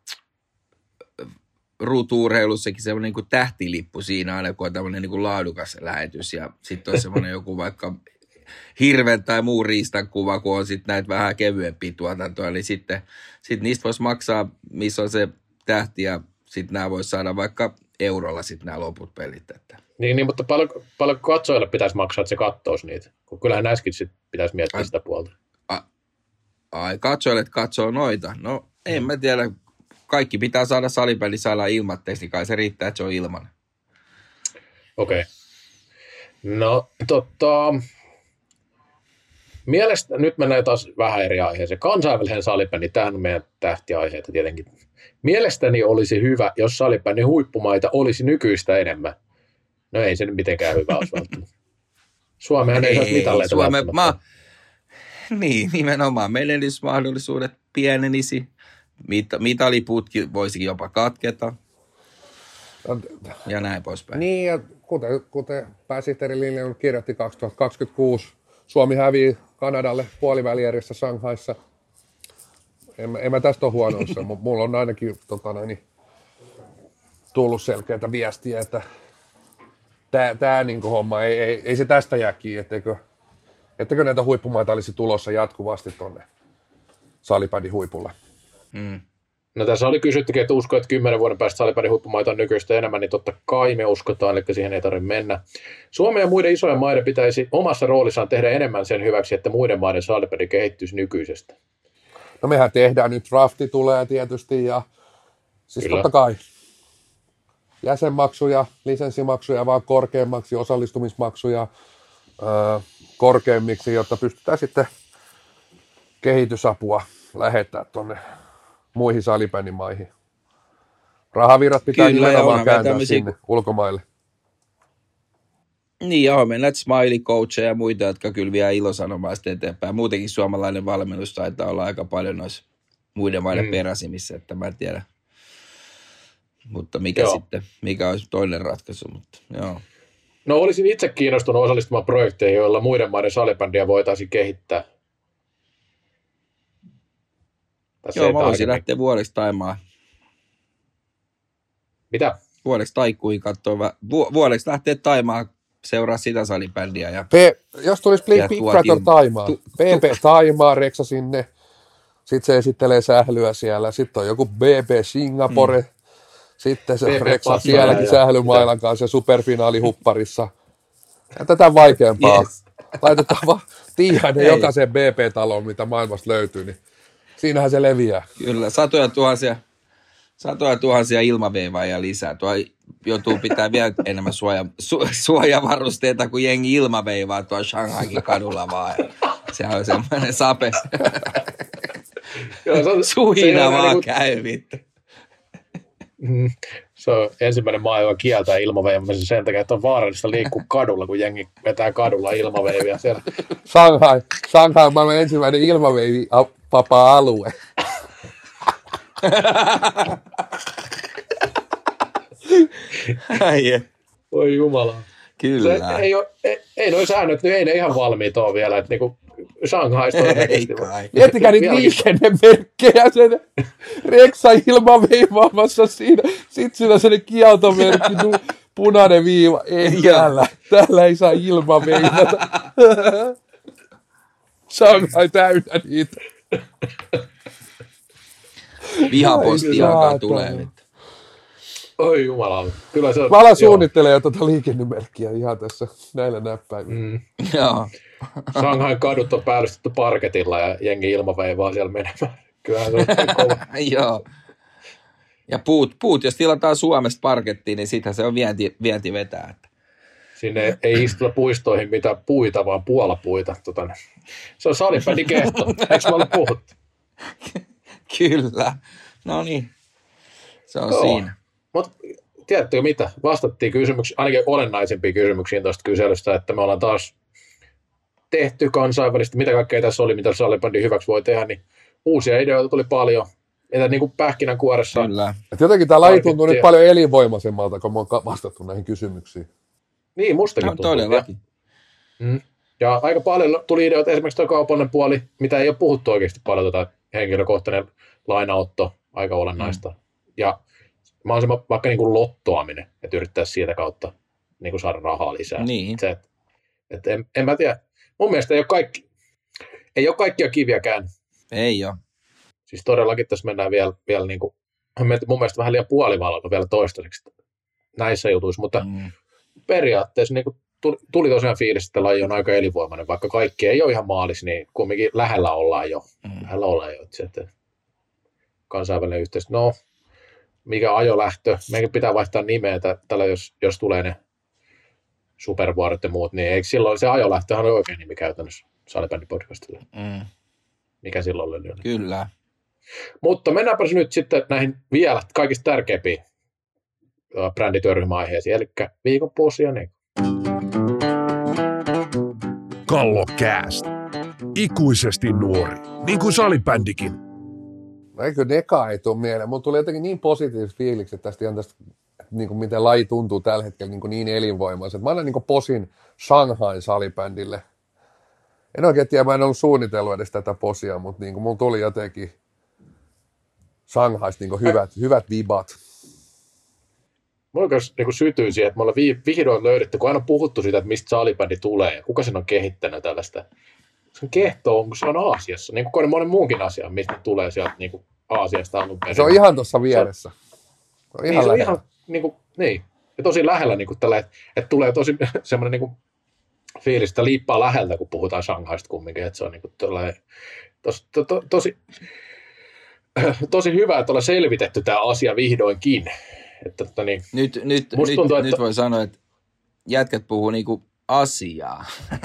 ruutu-urheilussakin semmoinen niin kuin tähtilippu siinä aina, kun on tämmöinen niin kuin laadukas lähetys ja sitten on semmoinen joku vaikka hirven tai muu riistan kuva, kun on sitten näitä vähän kevyempiä tuotantoja, eli sitten niistä voisi maksaa, missä on se tähti ja sitten nämä voisi saada vaikka eurolla sitten nämä loput pelit. Että. Niin, mutta paljon katsojille pitäisi maksaa, että se katsoisi niitä, kun kyllähän näissäkin sitten pitäisi miettiä sitä puolta. Ai, katsojille katsoo noita. No, en mä tiedä. Kaikki pitää saada salipelisailla ilmatteeksi, kai se riittää, että se on ilman. Okei. No, mielestä, nyt mennään taas vähän eri aiheeseen. Kansainvälisen salibändi, tämähän on meidän tähtiaiheita tietenkin. Mielestäni olisi hyvä, jos salibändin huippumaita olisi nykyistä enemmän. No ei se nyt mitenkään hyvä olisi välttämättä. Suomehan ei saisi mitalleita välttämättä. Niin, nimenomaan. Menestysmahdollisuudet pienenisi. Mitaliputki voisikin jopa katketa. Ja näin poispäin. Niin, ja kuten pääsihteeri Lindgren kirjoitti 2026, Suomi hävii Kanadalle puolivälierissä Shanghaissa. En mä tästä ole huonoissa. Mulla on ainakin tullut selkeää viestiä, että tämä niinku homma ei se tästä jää kiinni, ettekö näitä huippumaita olisi tulossa jatkuvasti tuonne salibändin huipulle. No tässä oli kysyttykin, että usko, että 10 vuoden päästä salibändin huippumaita on nykyistä enemmän, niin totta kai me uskotaan, eli siihen ei tarvitse mennä. Suomen ja muiden isojen maiden pitäisi omassa roolissaan tehdä enemmän sen hyväksi, että muiden maiden salibändi kehittyisi nykyisestä. No mehän tehdään nyt, drafti tulee tietysti ja siis Kyllä. totta kai jäsenmaksuja, lisenssimaksuja vaan korkeammaksi, osallistumismaksuja korkeammiksi, jotta pystytään sitten kehitysapua lähettää tuonne muihin salibändimaihin. Rahavirrat pitää nimenomaan kääntää sinne ulkomaille. Niin joo, me näitä smiley-coacheja ja muita, jotka kyllä vie ilosanomaa sitten eteenpäin. Muutenkin suomalainen valmennus taitaa olla aika paljon noissa muiden maiden peräsimissä, että mä en tiedä. Mutta mikä olisi toinen ratkaisu, mutta joo. No olisin itse kiinnostunut osallistumaan projekteihin, joilla muiden maiden salibändiä voitaisiin kehittää. Joo, mä voisin lähteä vuodeksi Taimaan. Mitä? Vuodeksi Taikkuihin katsoa. Vuodeksi lähteä Taimaan, seuraa sitä salibändiä. Ja jos tulisi Big Brother Taimaa, PP Taimaa, Reksa sinne, sitten se esittelee sählyä siellä, sitten on joku BB Singapore, sitten se Reksa sielläkin sählymailan kanssa ja superfinaalihupparissa. Ja tätä vaikeampaa. Yes. Laitetaan vaan Tiihainen jokaiseen BP-taloon, mitä maailmasta löytyy, niin siinähän se leviää. Kyllä, satoja tuhansia ilmaveivaajia lisää. Tuo joutuu pitää vielä enemmän suojavarusteita kuin jengi ilmaveivaa tuolla Shanghain kadulla vaan. Sehän on semmoinen sape. Suhina vaan niinku käy vittu. Se on ensimmäinen maailman kieltää ilmaveivamisen sen takia, että on vaarallista liikkua kadulla, kun jengi vetää kadulla ilmaveiviä siellä. Shanghai on maailman ensimmäinen ilmaveivi vapaa alue. Oi jumala. Kyllä. Ei noi säännöt, ei ne ihan valmiit ole vielä, että niinku Shanghaista on näköisesti. Miettikää niitä liikennemerkkejä, sen Reksa ilmaveivaamassa siinä. Sitten siinä on sellainen kieltomerkki, punainen viiva. Ei täällä ei saa ilmaveivata. Shanghai täynnä niitä. Vihapostia alkaa tulee. Oi jumala. Kyllä se on. Mä alan suunnittelemaan jo tuota liikennemerkkiä ihan tässä näillä näppäimillä. Joo. Shanghain kadut on päällystetty parketilla ja jengi ilmaveivaa siellä menemään. Kyllähän se on kova. Joo. Ja puut, jos tilataan Suomesta parkettiin, niin sittenhän se on vienti vetää. Sinne ei istuta puistoihin mitään puita, vaan puolapuita. Se on salibändin kehto. Eikö me ole puhuttu? Kyllä. No niin. Se on siinä. Mutta tiedättekö mitä? Vastattiin kysymyksiin, ainakin olennaisempiin kysymyksiin tuosta kyselystä, että me ollaan taas tehty kansainvälisesti, mitä kaikkea tässä oli, mitä salibändin hyväksi voi tehdä, niin uusia ideoita tuli paljon. Että niin kuin pähkinänkuoressa. Kyllä. Et jotenkin tämä laji tuntuu nyt paljon elinvoimaisemmalta, kun me on vastattu näihin kysymyksiin. Niin, mustakin tuntuu. Todellakin. Ja aika paljon tuli ideoita, esimerkiksi tuo kaupallinen puoli, mitä ei ole puhuttu oikeasti paljon, henkilökohtainen lainaotto, aika olennaista. Ja mahdollisimman vaikka niin kuin lottoaminen, että yrittäisi siitä kautta niin kuin saada rahaa lisää. Niin. Se, että en mä tiedä. Mun mielestä ei ole kaikkia kiviäkään. Ei ole. Siis todellakin tässä mennään vielä niin kuin, mun mielestä vähän liian puolivalko vielä toistaiseksi näissä jutuissa, mutta periaatteessa niin kuin tuli tosiaan fiilis, että laji on aika elinvoimainen, vaikka kaikki ei ole ihan maalis, niin kumminkin lähellä ollaan jo. Lähellä ollaan jo. Että kansainvälinen yhteistyö. No, mikä ajolähtö? Meidän pitää vaihtaa nimeä tällä, jos tulee ne supervuorot ja muut, niin eikö silloin se ajolähtöhän on oikein nimi käytännössä salibändipodcastille? Mikä silloin oli? Kyllä. Mutta mennäänpä nyt sitten näihin vielä kaikista tärkeimpiin brändityöryhmäaiheisiin, eli viikon Puusi ja Niko. Kallokääst. Ikuisesti nuori, niin kuin salibändikin. Eikö Neka ei tule mieleen? Mulla tuli jotenkin niin positiiviset fiilikset tästä, niin kuin miten laji tuntuu tällä hetkellä niin elinvoimaiselta. Mä annan niin posin Shanghain salibändille. En oikein tiedä, mä en ollut suunnitellut edes tätä posia, mutta niin kuin mulla tuli jotenkin Shanghaista niin hyvät vibat. Mulla myös niin sytyy siihen, että me ollaan vihdoin löydetty, kun aina on puhuttu siitä, että mistä salibändi tulee ja kuka sen on kehittänyt tällaista. Sen kehto on, kun se on Aasiassa, niin kuin monen muunkin asia, mistä tulee sieltä niin kuin Aasiasta alun perin. Se on ihan tuossa vieressä. Se on ihan niin. Ja tosi lähellä, niin kuin tällä, että tulee tosi semmoinen niin fiilis, että liippaa läheltä, kun puhutaan Shanghaista kumminkin, että se on niin kuin tosi tosi hyvä, että ollaan selvitetty tämä asia vihdoinkin. Että, niin, nyt voi sanoa, että jätkät puhuu niinku asiaa.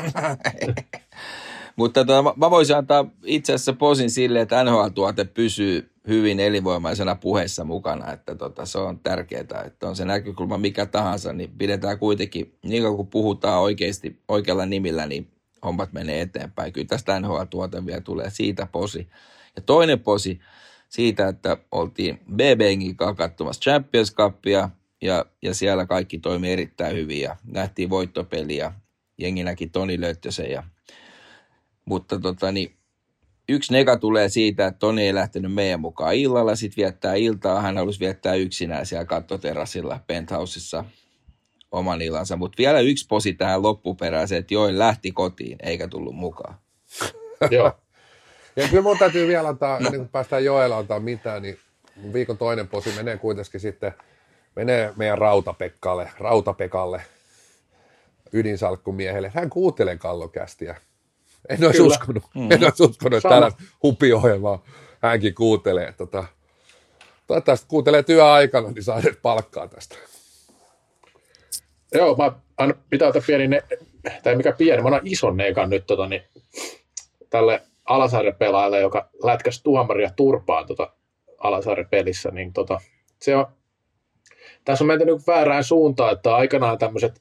Mutta mä voisin antaa itse asiassa posin sille, että NHL-tuote pysyy hyvin elinvoimaisena puheessa mukana, että se on tärkeää, että on se näkökulma mikä tahansa, niin pidetään kuitenkin, niin kuin puhutaan oikeasti oikealla nimillä, niin hommat menee eteenpäin. Kyllä tästä NHL-tuote vielä tulee siitä posi. Ja toinen posi siitä, että oltiin BB:nkin kanssa katsomassa Champions Cupia ja siellä kaikki toimi erittäin hyvin ja nähtiin voittopeliä. Jengi näki Toni Löttösen mutta yksi nega tulee siitä, että Toni ei lähtenyt meidän mukaan illalla, sitten viettää iltaa, hän halusi viettää yksinään siellä kattoterassilla Penthouseissa oman illansa, mutta vielä yksi posi tähän loppuperäiseen, että Joel lähti kotiin eikä tullut mukaan. Joo. Ja kyllä mun täytyy vielä antaa, ennen kuin päästään Joella antaa mitään, niin viikon toinen posi menee kuitenkin sitten, menee meidän Rautapekalle, ydinsalkkumiehelle. Hän kuuntelee Kallokästiä. En olisi uskonut, että tällaista hupiohjelmaa hänkin kuuntelee. Toivottavasti kuuntelee työaikana, niin saa edes palkkaa tästä. Joo, pitää ottaa pieni, tai mikä pieni, mä annan ison nekan nyt niin, tälle Alasaaren-pelaajalle, joka lätkäsi tuomaria turpaan Alasaaren-pelissä, niin tässä on menty niin väärään suuntaan, että aikanaan tämmöiset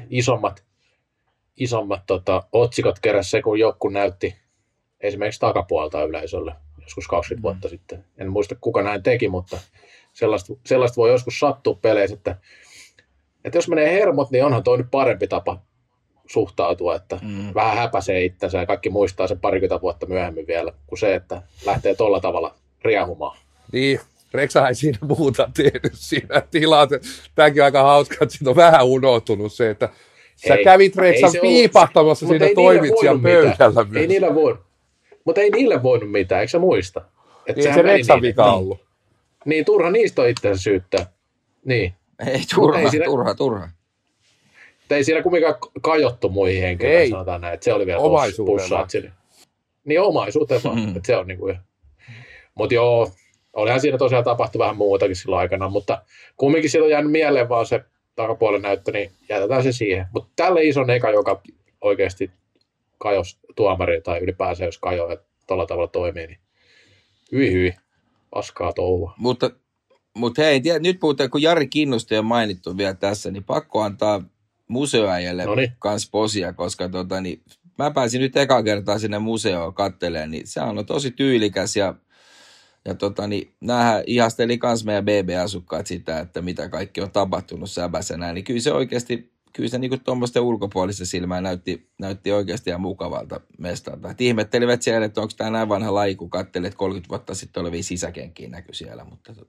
isommat otsikot keräsi se, kun joku näytti esimerkiksi takapuolta yleisölle joskus 20 vuotta sitten. En muista, kuka näin teki, mutta sellaista voi joskus sattua peleissä, että jos menee hermot, niin onhan toi nyt parempi tapa suhtautua, että vähän häpäisee itsensä ja kaikki muistaa sen 20 vuotta myöhemmin vielä, kuin se, että lähtee tolla tavalla riehumaan. Niin, Reksa ei siinä muuta tehnyt siinä tilanteessa. Tämäkin on aika hauska, että siitä on vähän unohtunut se, että sä kävit Reksan piipahtamassa siinä toimitsijan pöydällä myös. Ei niillä voinut. Mutta ei niille voinut mitään, eikö sä muista? Että ei se Reksan vika ollut. Niin, turha niistä on itseänsä syyttää. Niin. Ei, turha. Ei siinä kumminkaan kajottu muihin henkilöihin, sanotaan näin, että se oli vielä pussaat sinne. Niin, omaisuuteen vaan, että se on niin kuin. Mutta joo, olihan siinä tosiaan tapahtunut vähän muutakin silloin aikana, mutta kumminkin siitä on jäänyt mieleen vaan se takapuolen näyttö, niin jätetään se siihen. Mutta tälle iso neka, joka oikeasti kajosi tuomariin tai ylipäänsä, jos kajoaa, että tuolla tavalla toimii, niin hyi, paskaa touhua. Mutta hei, nyt puhutaan, kun Jari Kinnusta on mainittu vielä tässä, niin pakko antaa museoäijälle kans posia, koska mä pääsin nyt eka kertaa sinne museoon katselemaan, niin se on tosi tyylikäs ja näähän ihasteli kans meidän BB-asukkaat sitä, että mitä kaikki on tapahtunut Säbäsenä, niin kyllä se oikeasti, niinku tuommoisten ulkopuolista silmää näytti oikeasti ihan mukavalta mestalta. Et ihmettelivät siellä, että onko tämä näin vanha laji, kun katselee, että 30 vuotta sitten olevia sisäkenkiä näkyi siellä,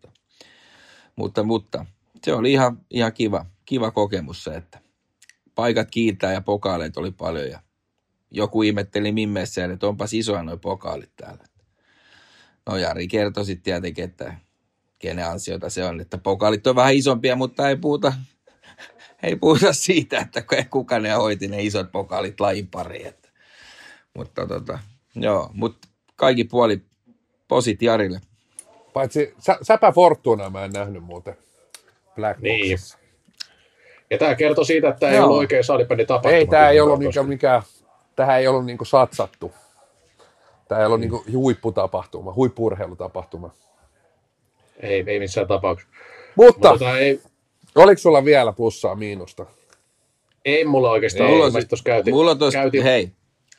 mutta se oli ihan kiva kokemus se, että paikat kiitää ja pokaaleita oli paljon ja joku ihmetteli mimmeessä, että onpas isoja noi pokaalit täällä. No Jari kertoi sitten tietenkin, että kenen ansiota se on, että pokaalit on vähän isompia, mutta ei puhuta siitä, että kuka ne hoiti ne isot pokaalit lajin pariin. Mutta kaikki puoli posit Jarille. Paitsi Säpä Fortuna mä en nähnyt muuten Black Boxissa. Niin. Ja tämä kertoo siitä, että ei ollut oikein salibändin tapahtuma. Ei, tämä ei ollut tähän ei ollut niinku satsattu. Tämä ei ollut niinku huipputapahtuma, huippu-urheilutapahtuma. Ei missään tapauksessa. Mutta oliko sulla vielä plussaa miinusta? Ei mulla oikeastaan ollut. Hei,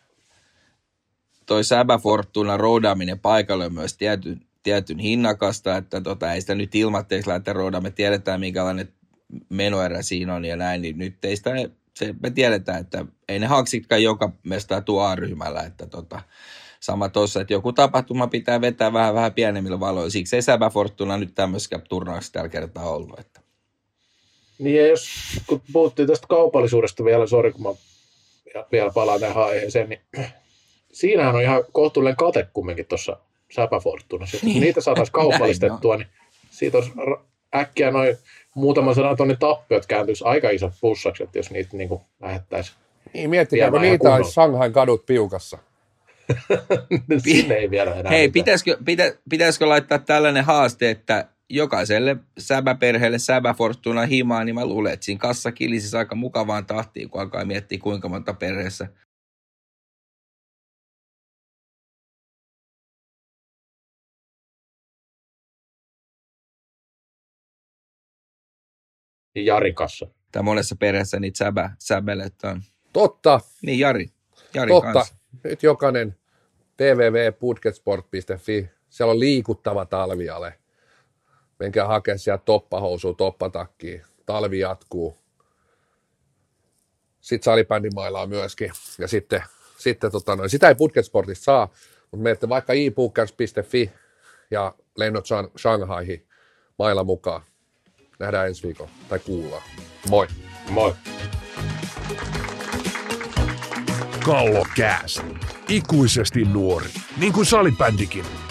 toi Säbä Fortuna roudaaminen paikalle on myös tietyn hinnakasta, että ei sitä nyt ilmatteeksi lähteä roudaamaan. Me tiedetään, minkälainen menoerä siinä on ja näin, niin nyt ei sitä, me tiedetään, että ei ne haksitkaan joka mestaa tuo A-ryhmällä, että sama tuossa, että joku tapahtuma pitää vetää vähän pienemmillä valoilla. Siksi ei Säbä Fortuna nyt tämmöisessä turnauksessa tällä kertaa ollut. Että. Niin ja kun puhuttiin tästä kaupallisuudesta vielä, sori kun mä vielä palaan tähän aiheeseen, niin siinähän on ihan kohtuullinen kate kumminkin tuossa Säbä Fortunassa. Niin. Niitä saataisiin kaupallistettua, niin siitä olisi äkkiä noin muutaman 100 tonnin tappiot kääntyisi aika isot pussakset, jos niitä niin lähettäisiin. Niin, miettikää, kun niitä olisi Shanghain kadut piukassa. Sinne ei vielä enää. Hei, pitäisikö laittaa tällainen haaste, että jokaiselle säbäperheelle säbäfortuna himaa, niin mä luulen, että siinä kassa kilisi aika mukavaan tahtiin, kun alkaa miettiä kuinka monta perheessä. Jarin kassa. Tai monessa perheessä niitä säbälet on. Totta. Niin, Jari Totta. Kanssa. Nyt jokainen www.budgetsport.fi. Siellä on liikuttava talviale. Menkää hakea sieltä toppahousua, toppatakkiä. Talvi jatkuu. Sitten salibändimailaa myöskin. Ja sitten sitä ei Budgetsportista saa, mutta menette vaikka ebookers.fi ja lennot Shanghaihin mailla mukaan. Nähdään ensi viikolla tai kuullaan. Moi. Moi. Kallokääst. Ikuisesti nuori, niin kuin salibändikin.